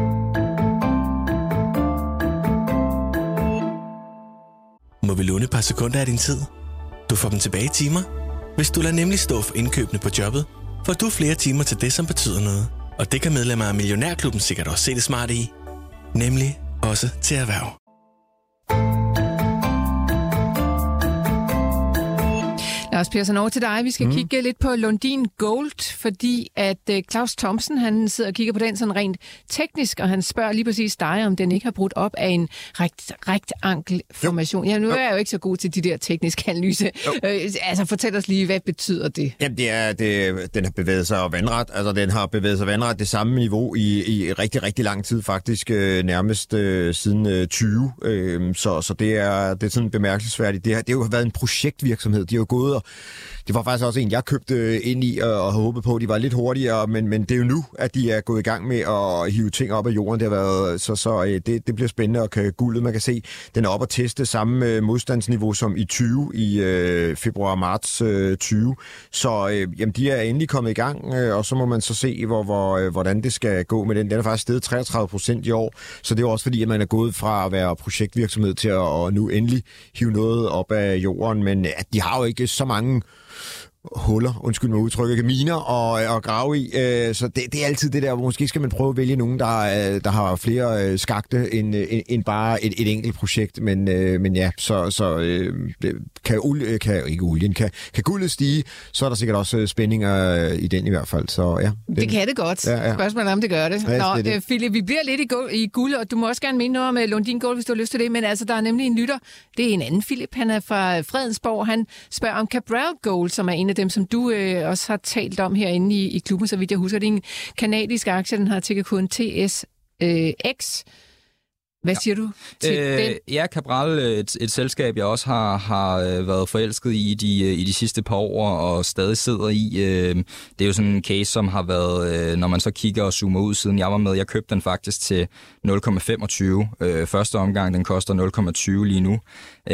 F: Må vi låne et par sekunder af din tid? Du får dem tilbage i timer. Hvis du lader nemlig stå for indkøbene på jobbet, får du flere timer til det, som betyder noget. Og det kan medlemmer af Millionærklubben sikkert også se det smarte i. Nemlig også til erhverv.
C: Lars Persson, over til dig. Vi skal mm. kigge lidt på Lundin Gold, fordi at uh, Claus Thomsen, han sidder og kigger på den sådan rent teknisk, og han spørger lige præcis dig, om den ikke har brudt op af en rekt, rektangelformation. Ja, nu er jeg jo ikke så god til de der tekniske analyse. Øh, altså, fortæl os lige, hvad betyder det?
E: Jamen, det er, det, den har bevæget sig vandret. Altså, den har bevæget sig vandret det samme niveau i, i rigtig, rigtig lang tid, faktisk øh, nærmest øh, siden øh, tyve. Øh, så, så det er, det er sådan bemærkelsesværdigt. Det har, det har jo været en projektvirksomhed. De har jo gået og det var faktisk også en, jeg købte ind i og, og håbede på, at de var lidt hurtigere, men, men det er jo nu, at de er gået i gang med at hive ting op af jorden. Det har været, så, så det, det bliver spændende, og kan guldet, man kan se, den er op at teste samme modstandsniveau som i tyve, i øh, februar-marts øh, tyve. Så øh, jamen, de er endelig kommet i gang, øh, og så må man så se, hvor, hvor, øh, hvordan det skal gå med den. Den er faktisk steget treogtredive procent i år, så det er også fordi, at man er gået fra at være projektvirksomhed til at og nu endelig hive noget op af jorden, men at de har jo ikke så mange huller, undskyld mig udtrykket, miner og, og grave i. Øh, så det, det er altid det der, hvor måske skal man prøve at vælge nogen, der, der har flere øh, skakte end, end bare et, et enkelt projekt. Men, øh, men ja, så, så øh, kan, olie, kan ikke olien, kan, kan guldet stige, så er der sikkert også spændinger i den i hvert fald. Så, ja, den,
C: det kan det godt.
E: Ja, ja.
C: Spørgsmålet er, om det gør det.
E: Ja,
C: Nå,
E: det, det.
C: Øh, Philip, vi bliver lidt i, guld, i guld, og du må også gerne mene noget om Lundin Gold, hvis du har lyst til det. Men altså, der er nemlig en lytter. Det er en anden Philip. Han er fra Fredensborg. Han spørger om Cabral Gold, som er en af dem, som du øh, også har talt om herinde i, i klubben, så vidt jeg husker. Det er en kanadisk aktie, den har tickerkoden T S X. Hvad siger du til
D: øh,
C: den?
D: Ja, Cabral, et, et selskab, jeg også har, har været forelsket i de, i de sidste par år, og stadig sidder i. Det er jo sådan en case, som har været, når man så kigger og zoomer ud, siden jeg var med. Jeg købte den faktisk til nul komma femogtyve. Første omgang, den koster nul komma tyve lige nu.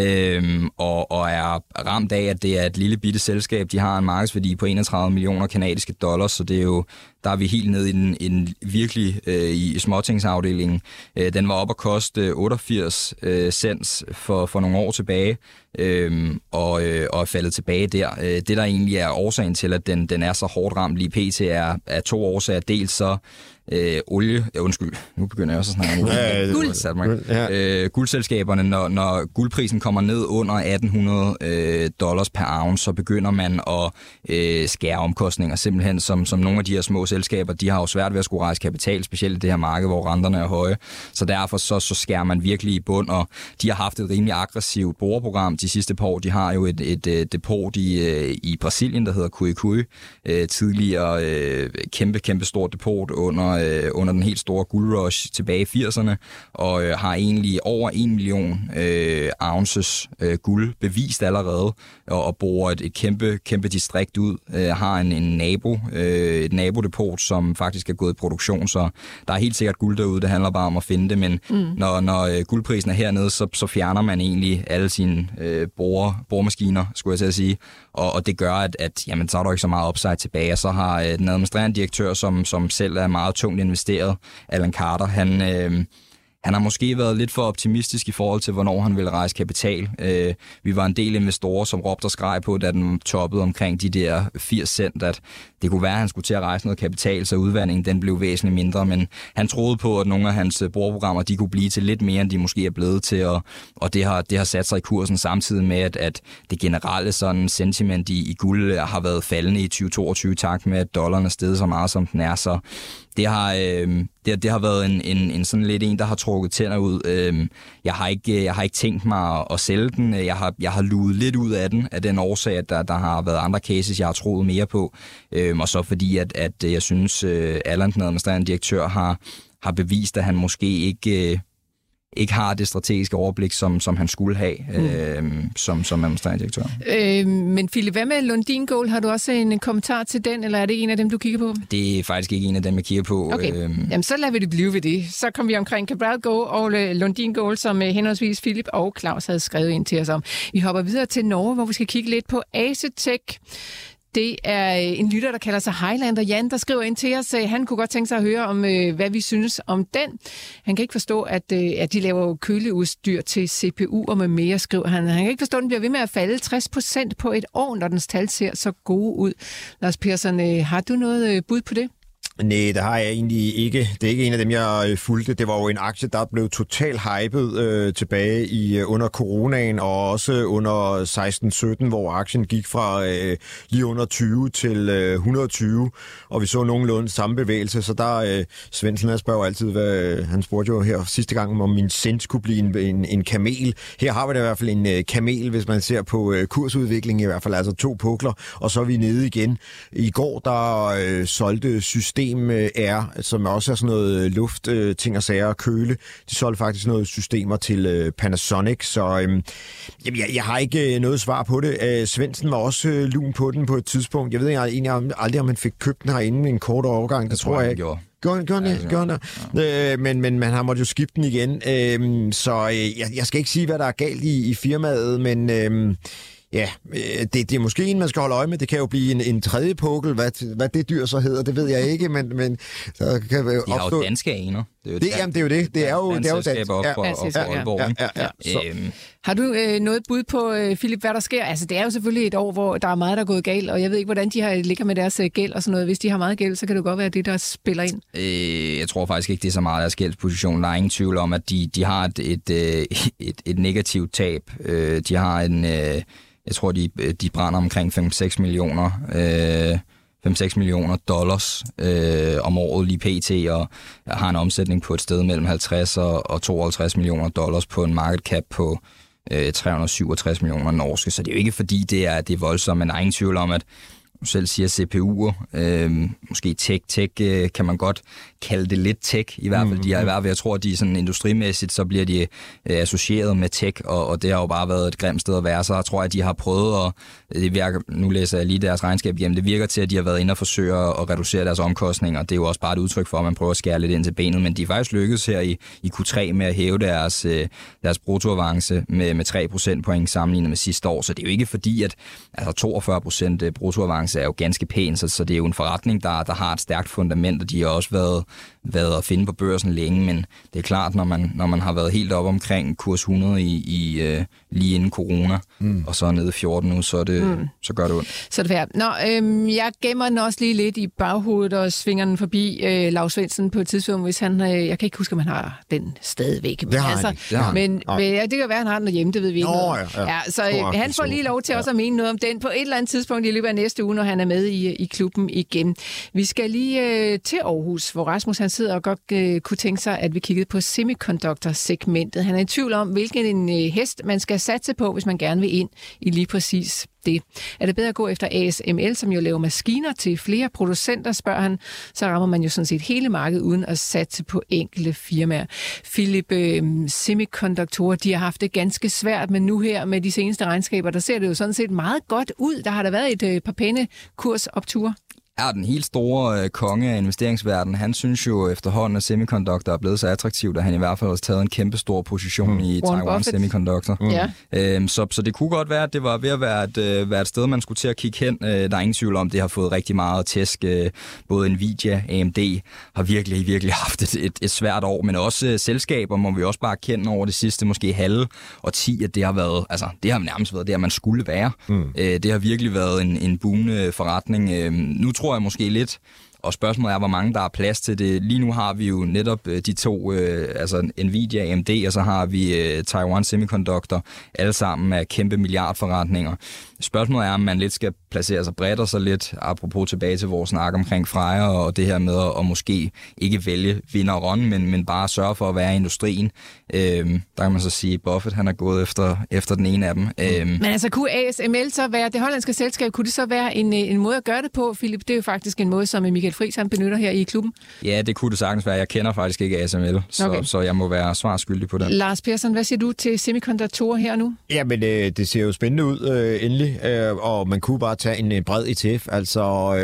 D: Og, og er ramt af, at det er et lille bitte selskab. De har en markedsværdi på enogtredive millioner kanadiske dollars, så det er jo, der er vi helt nede i den en virkelig øh, i småtingsafdelingen. Øh, den var op at koste otteogfirs øh, cents for, for nogle år tilbage, øh, og, øh, og er faldet tilbage der. Øh, det, der egentlig er årsagen til, at den, den er så hårdt ramt lige pt. er, er to årsager. Dels så Øh, olie, ja, undskyld, nu begynder jeg også at snakke om
E: ja, ja,
C: guld.
E: Ja.
D: Øh, guldselskaberne, når, når guldprisen kommer ned under atten hundrede øh, dollars per ounce, så begynder man at øh, skære omkostninger, simpelthen som, som nogle af de her små selskaber, de har jo svært ved at skulle rejse kapital, specielt i det her marked, hvor renterne er høje, så derfor så, så skærer man virkelig i bund, og de har haft et rimelig aggressivt boreprogram de sidste par år. De har jo et, et, et depot i, i Brasilien, der hedder Cuicuy, øh, tidligere øh, kæmpe, kæmpe stort depot under under den helt store guldrush tilbage i firserne, og øh, har egentlig over en million øh, ounces øh, guld bevist allerede, og, og borer et, et kæmpe, kæmpe distrikt ud, øh, har en, en nabo, øh, et nabodepot, som faktisk er gået i produktion, så der er helt sikkert guld derude, det handler bare om at finde det, men mm. når, når øh, guldprisen er hernede, så, så fjerner man egentlig alle sine øh, borer, boremaskiner, skulle jeg til at sige, og, og det gør, at, at jamen, så er der ikke så meget upside tilbage, og så har øh, den administrerende direktør, som, som selv er meget tungt investeret, Alan Carter, han, øh, han har måske været lidt for optimistisk i forhold til, hvornår han ville rejse kapital. Øh, vi var en del investorer, som råbte og skreg på, da den toppede omkring de der firs cent, at det kunne være, at han skulle til at rejse noget kapital, så udvandringen den blev væsentligt mindre, men han troede på, at nogle af hans boreprogrammer, de kunne blive til lidt mere, end de måske er blevet til, og, og det, har, det har sat sig i kursen samtidig med, at, at det generelle sådan sentiment i, i guld har været faldende i tyve toogtyve, takt med, at dollaren er steget så meget, som den er, så det har, øh, det, det har været en, en, en sådan lidt en, der har trukket tænder ud. Øh, jeg, har ikke, jeg har ikke tænkt mig at, at sælge den. Jeg har, jeg har luet lidt ud af den, af den årsag, at der, der har været andre cases, jeg har troet mere på. Øh, og så fordi, at, at jeg synes, øh, Allan, den administrerende direktør, har, har bevist, at han måske ikke... Øh, ikke har det strategiske overblik, som, som han skulle have, mm. øh, som, som administrerende direktør.
C: Øh, men Philip, hvad med Lundin Gold? Har du også en kommentar til den, eller er det en af dem, du kigger på?
D: Det er faktisk ikke en af dem, jeg kigger på.
C: Okay, øh... jamen så lader vi det blive ved det. Så kom vi omkring Cabral Gold og Lundin Gold, som henholdsvis Philip og Claus havde skrevet ind til os om. Vi hopper videre til Norge, hvor vi skal kigge lidt på Asetek. Det er en lytter, der kalder sig Highlander Jan, der skriver ind til os. Han kunne godt tænke sig at høre om, hvad vi synes om den. Han kan ikke forstå, at, at de laver køleudstyr til C P U og med mere, skriver han. Han kan ikke forstå, at den bliver ved med at falde tres procent på et år, når dens tal ser så gode ud. Lars Persson, har du noget bud på det?
E: Nej, det har jeg egentlig ikke. Det er ikke en af dem, jeg fulgte. Det var jo en aktie, der blev totalt hypet øh, tilbage i under coronaen, og også under seksten sytten, hvor aktien gik fra øh, lige under tyve til øh, et hundrede og tyve, og vi så nogenlunde samme bevægelse. Så der, øh, Svendsen, jeg spørger altid, hvad, han spurgte jo her sidste gang, om min sens kunne blive en, en, en kamel. Her har vi da i hvert fald en øh, kamel, hvis man ser på øh, kursudviklingen, i hvert fald altså to pukler, og så er vi nede igen. I går, der øh, solgte system system øh, er, som også er sådan noget luft, øh, ting og sager og køle. De solgte faktisk noget systemer til øh, Panasonic, så øh, jamen, jeg, jeg har ikke øh, noget svar på det. Øh, Svendsen var også øh, lun på den på et tidspunkt. Jeg ved ikke, egentlig aldrig, om man fik købt den herinde en kort overgang. Det, det tror jeg ikke. Gjorde. Gjorde, gjorde ja, det? Gjorde det? Ja. Øh, men, men man har måttet jo skifte den igen. Øh, så øh, jeg, jeg skal ikke sige, hvad der er galt i, i firmaet, men... Øh, Ja, det, det er måske en, man skal holde øje med. Det kan jo blive en, en tredje pukkel. Hvad, hvad det dyr så hedder, det ved jeg ikke, men, men så kan det
D: de har jo danske aner.
E: Det er jo det, jamen, det er jo det. Det er jo, det er jo dansk.
D: Op for, ja, ja, ja, ja, ja,
C: ja. Øhm. Har du øh, noget bud på, øh, Philip, hvad der sker? Altså, det er jo selvfølgelig et år, hvor der er meget, der er gået galt, og jeg ved ikke, hvordan de har ligger med deres øh, gæld og sådan noget. Hvis de har meget gæld, så kan det godt være det, der spiller ind.
D: Øh, jeg tror faktisk ikke, det er så meget deres gældsposition. Der er ingen tvivl om, at de, de har et, et, et, et, et negativt tab. Øh, de har en... Øh, Jeg tror, de, de brænder omkring fem til seks millioner, øh, fem til seks millioner dollars øh, om året lige pt. Og har en omsætning på et sted mellem halvtreds og tooghalvtreds millioner dollars på en market cap på øh, tre hundrede og syvogtres millioner norske. Så det er jo ikke fordi, det er, det er voldsomt, men der er ingen tvivl om, at du selv siger C P U'er, øh, måske tech, tech øh, kan man godt kalde det lidt tech, i hvert fald. De er i hvert fald, jeg tror, de er sådan industrimæssigt, så bliver de øh, associeret med tech, og, og det har jo bare været et grimt sted at være, så jeg tror, at de har prøvet, og det virker, nu læser jeg lige deres regnskab igennem, det virker til, at de har været inde og forsøge at reducere deres omkostninger, det er jo også bare et udtryk for, at man prøver at skære lidt ind til benet, men de er faktisk lykkedes her i, i Q tre med at hæve deres, øh, deres bruttoavance med, med tre procentpoint sammenlignet med sidste år, så det er jo ikke fordi, at altså toogfyrre procent bruttoavance er jo ganske pænt, så, så det er jo en forretning, der, der har et stærkt fundament, og de har også været, været at finde på børsen længe, men det er klart, når man, når man har været helt op omkring kurs hundrede i, i uh, lige inden corona, mm. og så er nede fjorten nu, så, er det, mm. så gør det ondt.
C: Så er det værd. Nå, øhm, jeg gemmer den også lige lidt i baghovedet og svinger den forbi øh, Lars Svendsen på et tidspunkt, hvis han, øh, jeg kan ikke huske, om han har den stadigvæk. Men,
E: det har
C: altså,
E: han ikke. Han.
C: Men, men ja, det kan være, han har den derhjemme, det ved vi ikke.
E: Nå, ja, ja.
C: Ja, så øh, han får lige lov til ja. også at mene noget om den på et eller andet tidspunkt i løbet af næste uge, når han er med i, i klubben igen. Vi skal lige øh, til Aarhus, hvor Rasmus han sidder og godt øh, kunne tænke sig, at vi kiggede på semiconductor-segmentet. Han er i tvivl om, hvilken en øh, hest man skal satse på, hvis man gerne vil ind i lige præcis det. Er det bedre at gå efter A S M L, som jo laver maskiner til flere producenter, spørger han, så rammer man jo sådan set hele markedet uden at satse på enkelte firmaer. Philip, øh, semikonduktorer, de har haft det ganske svært, men nu her med de seneste regnskaber, der ser det jo sådan set meget godt ud. Der har der været et øh, par pæne kursopture.
D: Ja, den helt store øh, konge af investeringsverdenen, han synes jo efterhånden, at semiconductor er blevet så attraktivt, at han i hvert fald har taget en kæmpe stor position mm. i Warren Taiwan Semiconductor. Mm. Ja. Øhm, så, så det kunne godt være, at det var ved at være et, øh, være et sted, man skulle til at kigge hen. Øh, der er ingen tvivl om, det har fået rigtig meget tæsk. Øh, både Nvidia, A M D har virkelig, virkelig haft et, et, et svært år, men også øh, selskaber må vi også bare kende over det sidste måske halve og ti, at det har været, altså det har nærmest været det, at man skulle være. Mm. Øh, det har virkelig været en, en boomende forretning. Øh, nu tror jeg måske lidt, og spørgsmålet er, hvor mange der er plads til det. Lige nu har vi jo netop de to, øh, altså Nvidia, A M D, og så har vi øh, Taiwan Semiconductor, alle sammen er kæmpe milliardforretninger. Spørgsmålet er, om man lidt skal placere sig bredt og så lidt, apropos tilbage til vores snak omkring Freja og det her med at, at måske ikke vælge vinderen, men, men bare sørge for at være i industrien. Øhm, der kan man så sige, at Buffett han er gået efter, efter den ene af dem. Øhm.
C: Men altså kunne A S M L så være, det hollandske selskab, kunne det så være en, en måde at gøre det på, Philip? Det er jo faktisk en måde, som Michael Friis han benytter her i klubben.
D: Ja, det kunne det sagtens være. Jeg kender faktisk ikke A S M L, så, okay. så jeg må være svarskyldig på det.
C: Lars Persson, hvad siger du til semikonduktorer her nu?
E: Jamen, øh, det ser jo spændende ud øh, endelig, øh, og man kunne bare tage en, en bred E T F, altså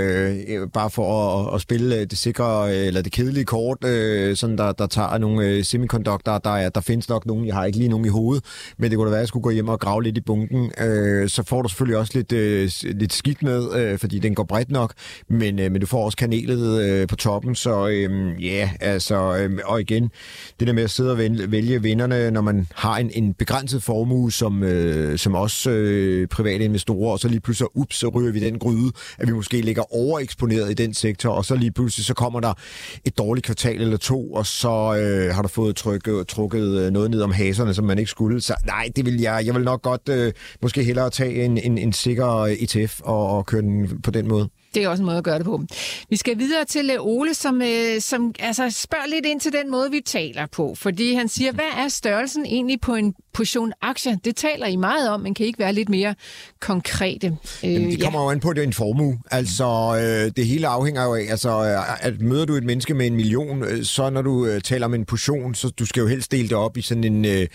E: øh, bare for at, at spille det sikre, eller det kedelige kort, øh, sådan der, der tager nogle øh, semikonduktorer. Der, er, der findes nok nogen, jeg har ikke lige nogen i hovedet, men det kunne da være, at jeg skulle gå hjem og grave lidt i bunken. Øh, så får du selvfølgelig også lidt, øh, lidt skidt med, øh, fordi den går bredt nok, men, øh, men du får også kanelet øh, på toppen, så øh, ja, altså, øh, og igen, det der med at sidde og vælge, vælge vinderne, når man har en, en begrænset formue, som, øh, som også øh, private investorer, og så lige pludselig, ups, så ryger vi den gryde, at vi måske ligger overeksponeret i den sektor, og så lige pludselig, så kommer der et dårligt kvartal eller to, og så øh, har der fået trykket, trukket noget ned om haserne, som man ikke skulle. Så nej, det vil jeg, jeg vil nok godt øh, måske hellere tage en, en, en sikker E T F og, og køre den på den måde.
C: Det er også en måde at gøre det på. Vi skal videre til Ole, som, øh, som altså, spørger lidt ind til den måde, vi taler på. Fordi han siger, hvad er størrelsen egentlig på en portion aktier? Det taler I meget om, men kan ikke være lidt mere konkrete? Øh,
E: Jamen, det kommer ja. jo an på, at det er en formue. Altså, øh, det hele afhænger jo af, altså, at møder du et menneske med en million, så når du øh, taler om en portion, så du skal jo helst dele det op i sådan en... Øh,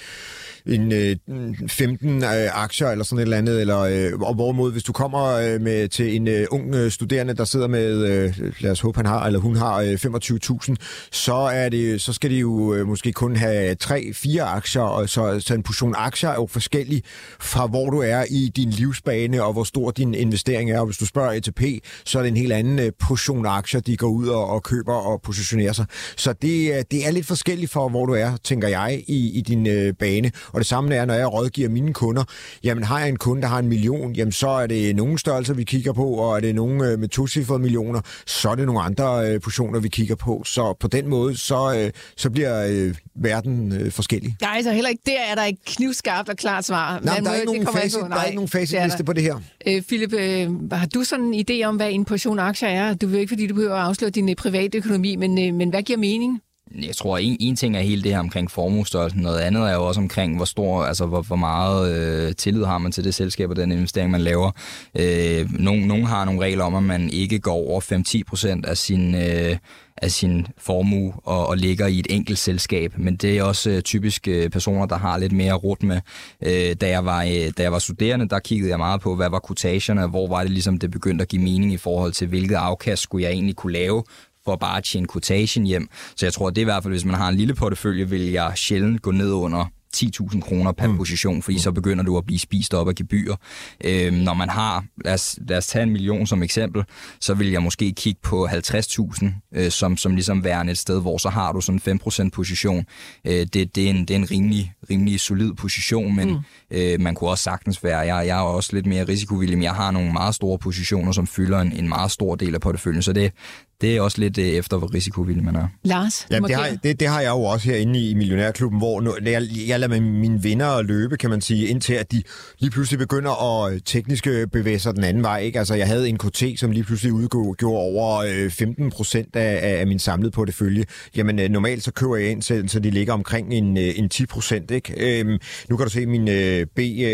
E: en øh, femten øh, aktier eller sådan et eller andet, eller, øh, og hvorimod hvis du kommer øh, med, til en øh, ung øh, studerende, der sidder med, øh, lad os håbe han har, eller hun har øh, femogtyve tusind, så, er det, så skal de jo øh, måske kun have tre fire aktier, og så, så en portion aktier er jo forskellig fra hvor du er i din livsbane, og hvor stor din investering er. Og hvis du spørger A T P, så er det en helt anden øh, portion aktier, de går ud og, og køber og positionerer sig. Så det, det er lidt forskelligt for, hvor du er, tænker jeg, i, i din øh, bane. Og det samme er, når jeg rådgiver mine kunder, jamen har jeg en kunde, der har en million, jamen så er det nogle størrelser, vi kigger på, og er det nogle med tocifrede millioner, så er det nogle andre øh, portioner, vi kigger på. Så på den måde, så, øh, så bliver øh, verden øh, forskellig.
C: Nej, så heller ikke der er der ikke knivskarpt og klart svar.
E: Nej, der er ikke nogen facit, der er ikke nogen facitliste på det her.
C: Øh, Philip, øh, har du sådan en idé om, hvad en portion aktier er? Du ved ikke, fordi du behøver at afsløre din private økonomi, men, øh, men hvad giver mening?
D: Jeg tror, en, en ting er hele det her omkring formuestørrelsen. Noget andet er jo også omkring, hvor stor, altså hvor, hvor meget øh, tillid har man til det selskab og den investering, man laver. Øh, nogen, nogen har nogle regler om, at man ikke går over fem til ti procent af sin, øh, af sin formue og, og ligger i et enkelt selskab. Men det er også øh, typisk øh, personer, der har lidt mere rut med. Øh, da, jeg var, øh, da jeg var studerende, der kiggede jeg meget på, hvad var quotatierne, hvor var det ligesom, det begyndte at give mening i forhold til, hvilket afkast skulle jeg egentlig kunne lave for bare at tjene quotation hjem. Så jeg tror, at det er i hvert fald, hvis man har en lille portefølje, vil jeg sjældent gå ned under ti tusind kroner per mm. position, fordi så begynder du at blive spist op af gebyrer. Øhm, når man har, lad os, lad os tage en million som eksempel, så vil jeg måske kigge på halvtreds tusind øh, som, som ligesom værende et sted, hvor så har du sådan en fem procent position. Øh, det, det, er en, det er en rimelig, rimelig solid position, men mm. øh, man kunne også sagtens være, jeg, jeg er også lidt mere risikovillig, men jeg har nogle meget store positioner, som fylder en, en meget stor del af porteføljen, så det Det er også lidt efter, hvor risikovillig man er.
C: Lars?
E: Ja, det, har, det, det har jeg jo også herinde i Millionærklubben, hvor nu, jeg, jeg lader mine venner løbe, kan man sige, indtil at de lige pludselig begynder at teknisk bevæge sig den anden vej. Ikke? Altså, jeg havde en K T, som lige pludselig udgjorde over femten procent af, af min samlede portefølje. Jamen, normalt så køber jeg ind, så, så de ligger omkring en, en ti procent. Ikke? Øhm, nu kan du se, min B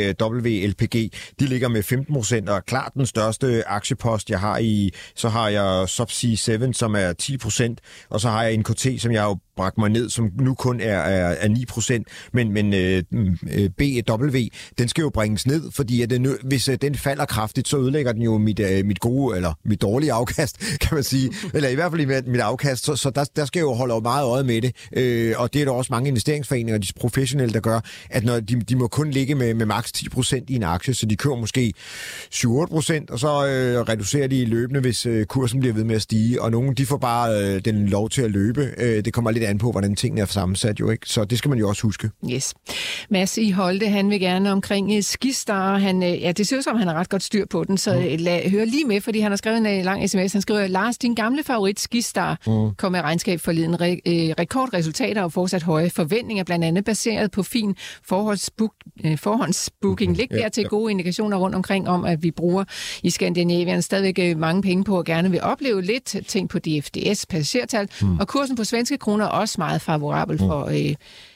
E: W L P G, de ligger med femten procent, og klart den største aktiepost, jeg har i, så har jeg Subsea syv, som er ti procent, og så har jeg en K T, som jeg jo bragt mig ned, som nu kun er, er, er ni procent, men, men øh, B W, den skal jo bringes ned, fordi at den, hvis øh, den falder kraftigt, så ødelægger den jo mit, øh, mit gode, eller mit dårlige afkast, kan man sige, eller i hvert fald mit, mit afkast, så, så der, der skal jo holde meget øje med det, øh, og det er der også mange investeringsforeninger, de professionelle, der gør, at når de, de må kun ligge med, med maks ti procent i en aktie, så de køber måske syv til otte procent, og så øh, reducerer de løbende, hvis øh, kursen bliver ved med at stige, og nogle, de får bare øh, den lov til at løbe. Øh, det kommer lidt an på, hvordan tingene er sammensat jo, ikke? Så det skal man jo også huske.
C: Yes. Mads I Holte, han vil gerne omkring Skistar. Han, ja, det ser ud som, han har ret godt styr på den, så mm. lad, hør lige med, fordi han har skrevet en lang sms. Han skriver, Lars, din gamle favorit Skistar mm. kom med regnskab forleden. Re- øh, rekordresultater og fortsat høje forventninger, blandt andet baseret på fin forhåndsbook- øh, forhåndsbooking. Læg der ja, til ja. gode indikationer rundt omkring om, at vi bruger i Skandinavien stadigvæk mange penge på og gerne vil opleve lidt. Tænk på D F D S passagertal. Mm. Og kursen på svenske kroner er også meget favorabel for øh,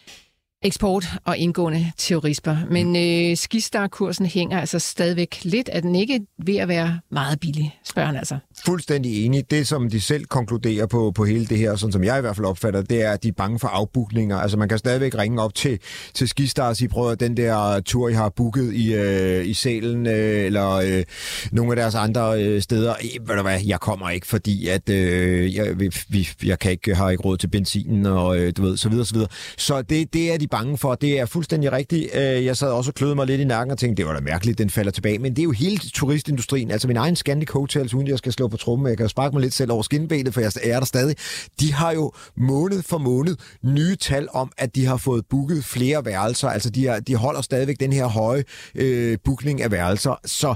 C: eksport og indgående terrorismer. Men øh, Skistar-kursen hænger altså stadigvæk lidt. Er den ikke ved at være meget billig, spørger han altså.
E: Fuldstændig enig. Det, som de selv konkluderer på, på hele det her, sådan som jeg i hvert fald opfatter, det er, at de er bange for afbookninger. Altså, man kan stadigvæk ringe op til, til Skistar og sige, prøv at den der tur, I har booket i, øh, i Sælen, øh, eller øh, nogle af deres andre øh, steder, øh, ved du hvad, jeg kommer ikke, fordi at øh, jeg, vi, jeg kan ikke, har ikke råd til benzinen, og øh, du ved, så videre, så videre. Så det, det er de bange for. Det er fuldstændig rigtigt. Jeg sad også og kløede mig lidt i nakken og tænkte, det var da mærkeligt, den falder tilbage. Men det er jo hele turistindustrien. Altså min egen Scandic Hotels, uden jeg skal slå på trummen, jeg kan sparke mig lidt selv over skinbenet, for jeg er der stadig. De har jo måned for måned nye tal om, at de har fået booket flere værelser. Altså de, har, de holder stadigvæk den her høje øh, bookning af værelser. Så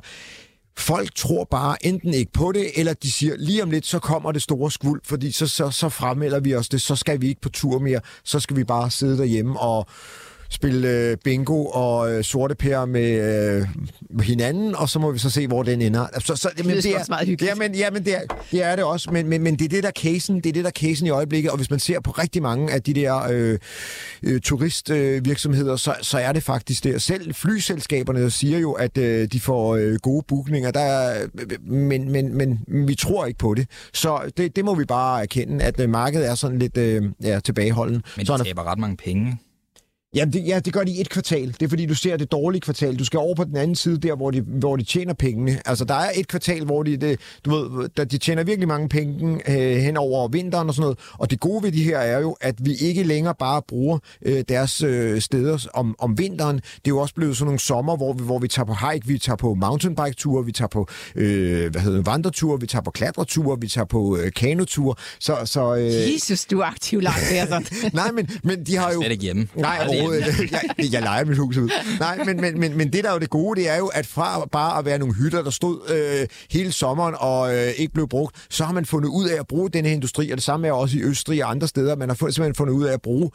E: folk tror bare enten ikke på det, eller de siger, lige om lidt, så kommer det store skvuld, fordi så, så, så fremmelder vi os det, så skal vi ikke på tur mere, så skal vi bare sidde derhjemme og spille øh, bingo og øh, sorte pærer med øh, hinanden, og så må vi så se, hvor den ender. Så, så, jamen, det, det er meget hyggeligt. Jamen, jamen det, er, det er det også, men, men, men det er det, der casen, det er det, der casen i øjeblikket, og hvis man ser på rigtig mange af de der øh, øh, turistvirksomheder, øh, så, så er det faktisk det. Selv flyselskaberne siger jo, at øh, de får øh, gode bookninger, der er, men, men, men vi tror ikke på det. Så det, det må vi bare erkende, at øh, markedet er sådan lidt øh, ja, tilbageholden.
D: Men de taber ret mange penge.
E: Jamen det, ja, det gør de i et kvartal. Det er fordi, du ser det dårlige kvartal. Du skal over på den anden side, der hvor de, hvor de tjener pengene. Altså, der er et kvartal, hvor de, det, du ved, der, de tjener virkelig mange penge øh, hen over vinteren og sådan noget. Og det gode ved de her er jo, at vi ikke længere bare bruger øh, deres øh, steder om, om vinteren. Det er jo også blevet sådan nogle sommer, hvor vi, hvor vi tager på hike, vi tager på mountainbike-ture, vi tager på øh, hvad hedder, vandreture, vi tager på klatreture, vi tager på øh, kanoture. Så, så, øh...
C: Jesus, du er aktiv langt der.
E: Nej, men, men de har jo...
D: Slet ikke hjemme.
E: Nej, jeg, jeg leger mit hus ud. Nej, men, men, men, men det der er jo det gode, det er jo, at fra bare at være nogle hytter, der stod øh, hele sommeren og øh, ikke blev brugt, så har man fundet ud af at bruge denne industri, og det samme er også i Østrig og andre steder. Man har simpelthen fundet ud af at bruge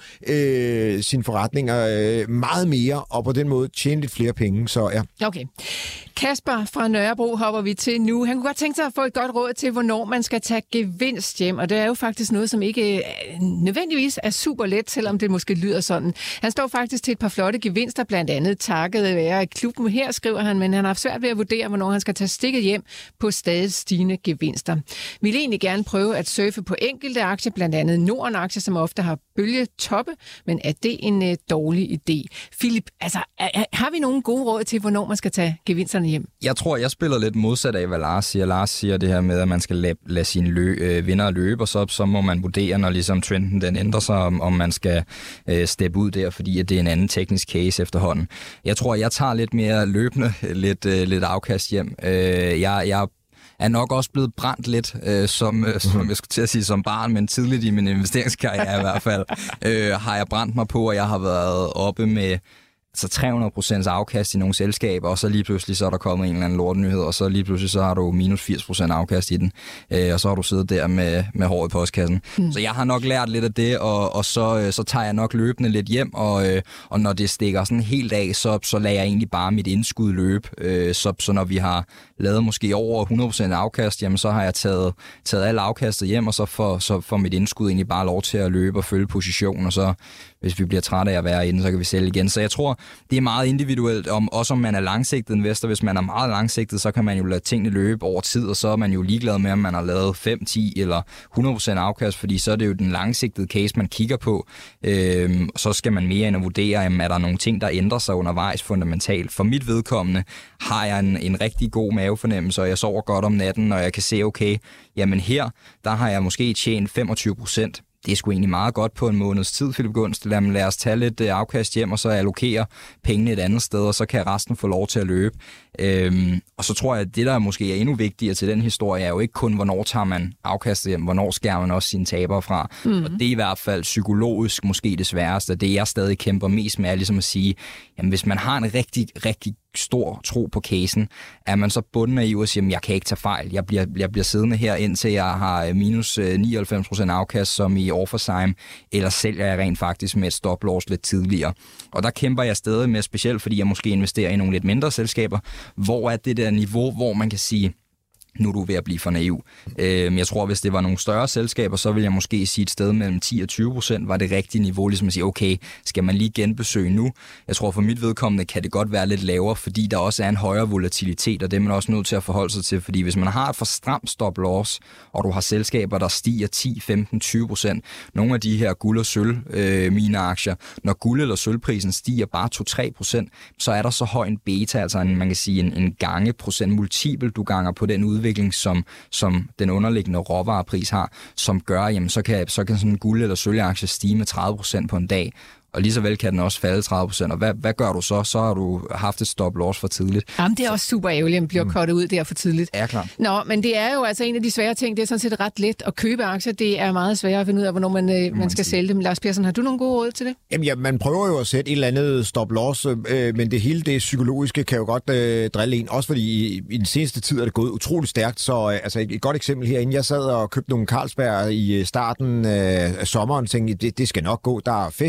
E: øh, sine forretninger øh, meget mere, og på den måde tjene lidt flere penge. Så ja.
C: Okay. Kasper fra Nørrebro hopper vi til nu. Han kunne godt tænke sig at få et godt råd til, hvornår man skal tage gevinst hjem, og det er jo faktisk noget, som ikke nødvendigvis er super let, selvom det måske lyder sådan. Han står faktisk til et par flotte gevinster, blandt andet takket være i klubben. Her skriver han, men han har haft svært ved at vurdere, hvornår han skal tage stikket hjem på stadig stigende gevinster. Vi vil egentlig gerne prøve at surfe på enkelte aktier, blandt andet Norden-aktier, som ofte har bølgetoppe, men er det en uh, dårlig idé? Philip, altså, er, har vi nogen gode råd til, hvornår man skal tage gevinsterne hjem?
D: Jeg tror, jeg spiller lidt modsat af, hvad Lars siger. Lars siger det her med, at man skal lade, lade sine lø, øh, vinder løbe, og så, så må man vurdere, når ligesom trenden den ændrer sig, om, om man skal øh, steppe ud der, fordi at det er en anden teknisk case efterhånden. Jeg tror, jeg tager lidt mere løbende, lidt, øh, lidt afkast hjem. Øh, jeg, jeg er nok også blevet brændt lidt, øh, som, øh, som jeg skulle til at sige som barn, men tidligt i min investeringskarriere i hvert fald, øh, har jeg brændt mig på, og jeg har været oppe med så tre hundrede procent afkast i nogle selskaber, og så lige pludselig så er der kommet en eller anden lortnyhed, og så lige pludselig så har du minus firs procent afkast i den, øh, og så har du siddet der med, med håret i postkassen. Mm. Så jeg har nok lært lidt af det, og, og så, øh, så tager jeg nok løbende lidt hjem, og, øh, og når det stikker sådan helt af, så, så lader jeg egentlig bare mit indskud løbe. Øh, så, så når vi har lavet måske over hundrede procent afkast, jamen så har jeg taget, taget alt afkastet hjem, og så får, så får mit indskud egentlig bare lov til at løbe og følge position, og så hvis vi bliver trætte af at være inde, så kan vi sælge igen. Så jeg tror, det er meget individuelt, om, også om man er langsigtet investor. Hvis man er meget langsigtet, så kan man jo lade tingene løbe over tid, og så er man jo ligeglad med, om man har lavet fem, ti eller hundrede procent afkast, fordi så er det jo den langsigtede case, man kigger på. Øhm, så skal man mere end at vurdere, om er der nogle ting, der ændrer sig undervejs fundamentalt. For mit vedkommende har jeg en, en rigtig god mavefornemmelse, og jeg sover godt om natten, og jeg kan se, okay, jamen her, der har jeg måske tjent femogtyve procent. Det er sgu egentlig meget godt på en måneds tid, Philip Gunst. Lad, lad os tage lidt afkast hjem, og så allokere pengene et andet sted, og så kan resten få lov til at løbe. Øhm, og så tror jeg, at det, der måske er endnu vigtigere til den historie, er jo ikke kun, hvornår tager man afkastet hjem, hvornår skærer man også sine tabere fra. Mm. Og det er i hvert fald psykologisk måske det sværeste. Det, jeg stadig kæmper mest med, er ligesom at sige, jamen hvis man har en rigtig, rigtig stor tro på casen, er man så bundet naiv og siger, jeg kan ikke tage fejl. Jeg bliver, jeg bliver siddende her, indtil jeg har minus nioghalvfems procent afkast, som i Orpheusheim, eller sælger jeg rent faktisk med et stop-loss lidt tidligere. Og der kæmper jeg stadig med, specielt fordi jeg måske investerer i nogle lidt mindre selskaber, hvor er det der niveau, hvor man kan sige, nu er du ved at blive for naiv. Øh, jeg tror, hvis det var nogle større selskaber, så vil jeg måske sige et sted mellem ti og tyve procent var det rigtige niveau, ligesom at sige, okay, skal man lige genbesøge nu? Jeg tror, for mit vedkommende kan det godt være lidt lavere, fordi der også er en højere volatilitet, og det er man også nødt til at forholde sig til, fordi hvis man har et for stramt stop-loss, og du har selskaber, der stiger ti, femten, tyve procent, nogle af de her guld- og sølv, øh, mine aktier, når guld- eller sølvprisen stiger bare to til tre procent, så er der så høj en beta, altså en, man kan sige en, en gange procent multiple, du ganger på den udvikling, Som, som den underliggende råvarepris har, som gør, jamen så kan, så kan sådan en guld- eller sølvaktie stige med tredive procent på en dag. Og lige så vel kan den også falde tredive procent. Og hvad, hvad gør du så? Så har du haft et stop-loss for tidligt.
C: Jamen, det er også super ærgerligt, at man bliver kottet ud der for tidligt.
D: Ja, klar.
C: Nå, men det er jo altså en af de svære ting. Det er sådan set ret let at købe aktier. Det er meget svært at finde ud af, hvornår man, øh, man skal sælge dem. Lars Persson, har du nogle gode råd til det?
E: Jamen, ja, man prøver jo at sætte et eller andet stop-loss, øh, men det hele det psykologiske kan jo godt øh, drille en. Også fordi i, i den seneste tid er det gået utroligt stærkt. Så øh, altså et, et godt eksempel herinde. Jeg sad og købte nogle Carlsberg i starten øh, af sommeren og tænkte, det, det skal nok gå. Der er festivaler,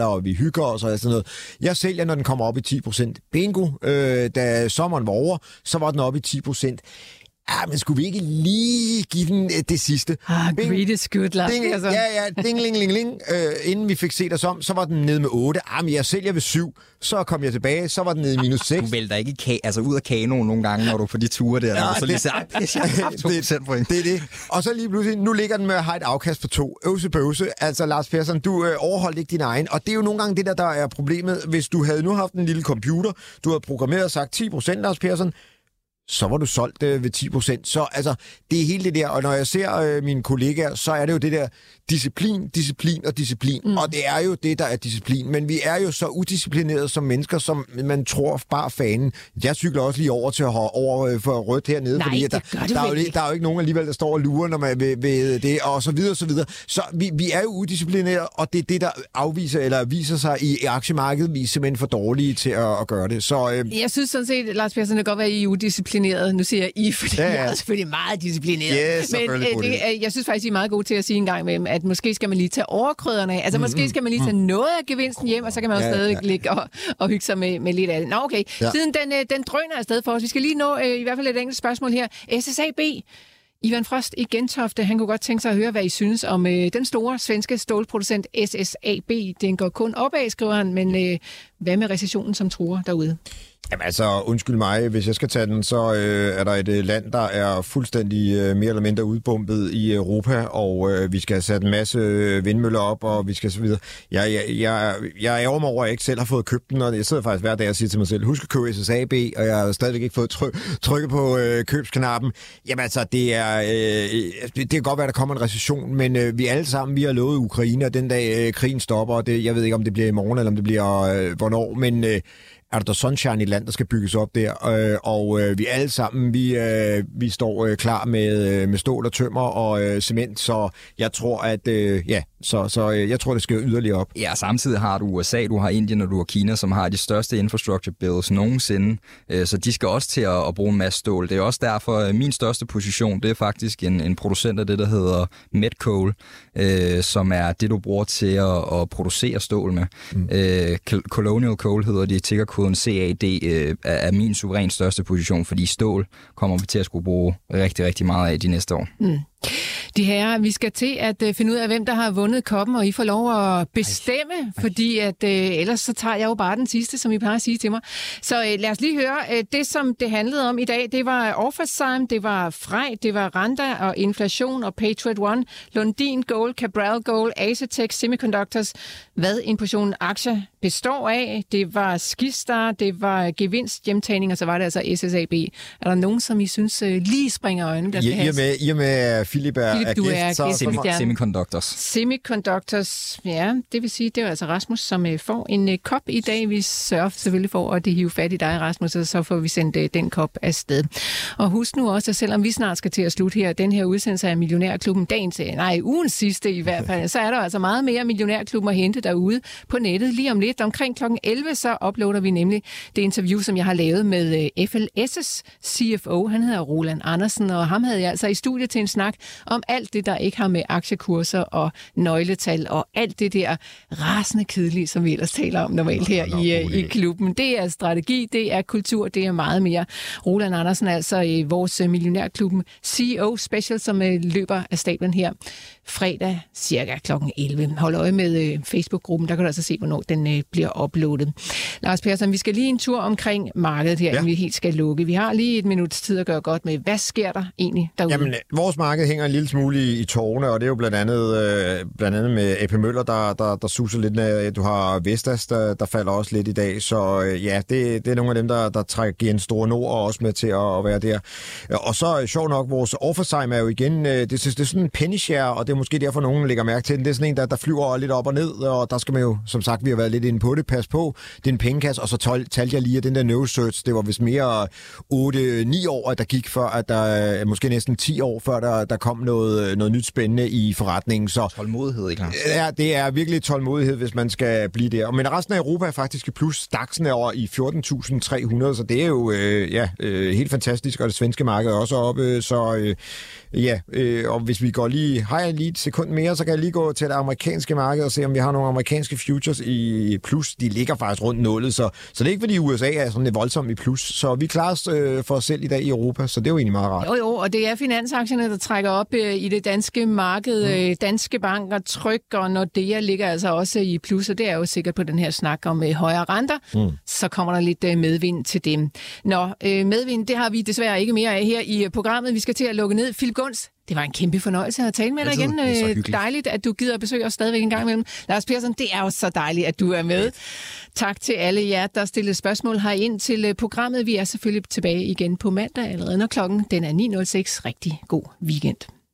E: og vi hygger os og sådan noget. Jeg sælger, når den kommer op i ti procent. Bingo, øh, da sommeren var over, så var den op i ti procent. Ja, men skulle vi ikke lige give den det sidste?
C: Ah, greed is good, Lars.
E: Ding, ja, ja, ding, ling, ling, ling. Øh, inden vi fik set os om, så var den nede med otte. Ah, men jeg sælger ved syv. Så kom jeg tilbage, så var den nede i minus seks.
D: Du vælter ikke ka- altså ud af kanoen nogle gange, når du er på de ture der. Ja, der så lige siger,
E: det, det er det. Og så lige pludselig, nu ligger den med at have et afkast på to. Øvse bøvse. Altså, Lars Persson, du øh, overholdt ikke din egen. Og det er jo nogle gange det der, der er problemet. Hvis du havde nu haft en lille computer, du havde programmeret og sagt ti procent, Lars Persson, så var du solgt øh, ved ti procent. Så altså, det er hele det der, og når jeg ser øh, mine kollegaer, så er det jo det der disciplin, disciplin og disciplin. Mm. Og det er jo det, der er disciplin. Men vi er jo så udisciplineret som mennesker, som man tror bare fanen. Jeg cykler også lige over til at have over øh, for rødt hernede,
C: Nej,
E: fordi der, der, er jo, der er jo ikke nogen alligevel, der står og lurer, når man ved, ved det, og så videre, og så videre. Så vi, vi er jo udisciplineret, og det er det, der afviser, eller viser sig i, i aktiemarkedet, vi er simpelthen for dårlige til at, at gøre det. Så, øh,
C: jeg synes sådan set, Lars Persson, det kan godt være, at I er udisciplineret. Nu siger jeg I, fordi ja, ja. jeg er selvfølgelig meget disciplineret.
E: Yes,
C: men øh, det, jeg synes faktisk, I er meget gode til at sige en gang med dem, at måske skal man lige tage overkrydderne af. Altså mm, måske skal man lige tage mm. noget af gevinsten hjem, og så kan man jo ja, stadig ja. ligge og, og hygge sig med, med lidt af det. Nå okay, ja. Siden den, den drøner afsted for os. Vi skal lige nå øh, i hvert fald et enkelt spørgsmål her. S S A B. Ivan Frost i Gentofte, han kunne godt tænke sig at høre, hvad I synes om øh, den store svenske stålproducent S S A B. Den går kun opad, skriver han, men øh, hvad med recessionen, som truer derude?
E: Jamen altså, undskyld mig, hvis jeg skal tage den, så øh, er der et øh, land, der er fuldstændig øh, mere eller mindre udbumpet i Europa, og øh, vi skal have sat en masse øh, vindmøller op, og vi skal så videre. Jeg, jeg, jeg, jeg ærger mig over, at jeg ikke selv har fået købt den, og jeg sidder faktisk hver dag og siger til mig selv, husk at købe S S A B, og jeg har stadigvæk ikke fået tryk, trykket på øh, købsknappen. Jamen altså, det er øh, det kan godt være, der kommer en recession, men øh, vi alle sammen, vi har lovet Ukraine, og den dag øh, krigen stopper, og det, jeg ved ikke, om det bliver i morgen, eller om det bliver øh, hvornår, men øh, er der sunshine i et land, der skal bygges op der, øh, og øh, vi alle sammen, vi, øh, vi står øh, klar med, øh, med stål og tømmer og øh, cement, så jeg tror, at øh, ja, så, så øh, jeg tror, det skal yderligere op.
D: Ja, samtidig har du U S A, du har Indien og du har Kina, som har de største infrastructure bills nogensinde, øh, så de skal også til at, at bruge en masse stål. Det er også derfor, at min største position, det er faktisk en, en producent af det, der hedder Metcoal, øh, som er det, du bruger til at, at producere stål med. Mm. Øh, Colonial Coal hedder de, tikker koden C A D øh, er min suveræn største position, fordi stål kommer vi til at skulle bruge rigtig, rigtig meget af de næste år. Mm.
C: De her, vi skal til at uh, finde ud af, hvem der har vundet koppen, og I får lov at bestemme, Ej. fordi at, uh, ellers så tager jeg jo bare den sidste, som I plejer at sige til mig. Så uh, lad os lige høre. Uh, det, som det handlede om i dag, det var Orphazyme, det var Frej, det var Randa og inflation og Patriot One, Lundin Gold, Cabral Gold, Asetek, Semiconductors. Hvad en portion aktier består af, det var Skistar, det var gevinst, hjemtagning, og så var det altså S S A B. Er der nogen, som I synes uh, lige springer øjnene, der skal
E: I, I, med, I med Philip er,
C: Philip,
E: er
C: du
E: gæst,
C: er
E: så...
C: gæst,
D: Semi- Semiconductors.
C: Semiconductors, ja, det vil sige, det er altså Rasmus, som uh, får en uh, kop i dag. Vi sørger selvfølgelig for, at de hiver fat i dig, Rasmus, og så får vi sendt uh, den kop afsted. Og husk nu også, at selvom vi snart skal til at slutte her, den her udsendelse af Millionærklubben, dagens, nej, ugens sidste i hvert fald, så er der altså meget mere Millionærklubben at hente derude på nettet. Lige om lidt, omkring klokken elleve, så uploader vi nemlig det interview, som jeg har lavet med uh, F L S's C F O. Han hedder Roland Andersen, og ham havde jeg altså i studiet til en snak om alt det, der ikke har med aktiekurser og nøgletal og alt det der rasende kedelige, som vi ellers taler om normalt her nå, nå, i, i klubben. Det er strategi, det er kultur, det er meget mere. Roland Andersen er altså i vores Millionærklubben C E O Special, som løber af stablen her fredag cirka klokken elleve. Hold øje med Facebook-gruppen, der kan du altså se, hvornår den bliver uploadet. Lars Persson, vi skal lige en tur omkring markedet her, ja. inden vi helt skal lukke. Vi har lige et minuts tid at gøre godt med. Hvad sker der egentlig derude?
E: Jamen, vores marked hænger en lille smule i, i tårne, og det er jo blandt andet, øh, blandt andet med A P Møller, der, der, der suser lidt ned. Du har Vestas, der, der falder også lidt i dag, så øh, ja, det, det er nogle af dem, der, der trækker en stor nord og også med til at, at være der. Og så sjovt nok, vores Orphazyme er jo igen, øh, det, det er sådan en penny share, og det er måske derfor, nogen lægger mærke til den. Det er sådan en, der, der flyver lidt op og ned, og der skal man jo, som sagt, vi har været lidt inde på det, pas på, det er en pengekasse, og så tol- talte jeg lige, at den der no-search, det var vist mere otte ni år, at der gik før, at der måske næsten ti år før, der, der kom noget, noget nyt spændende i forretningen. Så
D: tålmodighed, ikke?
E: Ja, det er virkelig tålmodighed, hvis man skal blive der. Men resten af Europa er faktisk i plus. DAX'en er over i fjorten tusind tre hundrede, så det er jo øh, ja, øh, helt fantastisk, og det svenske marked er også oppe, så øh, ja, øh, og hvis vi går lige, har jeg lige et sekund mere, så kan jeg lige gå til det amerikanske marked og se, om vi har nogle amerikanske futures i plus. De ligger faktisk rundt nullet, så, så det er ikke, fordi U S A er sådan lidt voldsomt i plus, så vi klarer os øh, for os selv i dag i Europa, så det er jo egentlig meget rart.
C: Jo, jo, og det er finansaktierne, der trækker op øh, i det danske marked. Mm. Øh, danske banker, Tryg og Nordea ligger altså også i plus, og det er jo sikkert på den her snak om øh, højere renter. Mm. Så kommer der lidt øh, medvind til dem. Nå, øh, medvind, det har vi desværre ikke mere af her i øh, programmet. Vi skal til at lukke ned. Philip Gunst, det var en kæmpe fornøjelse at tale med dig igen. Øh, dejligt, at du gider at besøge os stadigvæk en gang imellem. Lars Persson, det er jo så dejligt, at du er med. Tak til alle jer, der stillede spørgsmål herind til øh, programmet. Vi er selvfølgelig tilbage igen på mandag allerede, når klokken den er ni nul seks. Rigtig god weekend.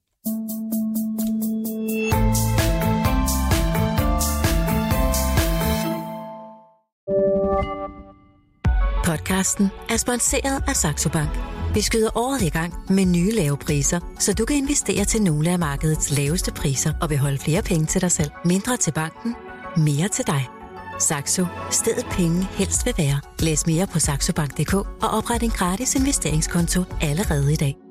A: Podcasten er sponsoreret af Saxo Bank. Vi skyder året i gang med nye lave priser, så du kan investere til nogle af markedets laveste priser og beholde flere penge til dig selv. Mindre til banken, mere til dig. Saxo. Stedet penge helst vil være. Læs mere på saxobank punktum d k og opret en gratis investeringskonto allerede i dag.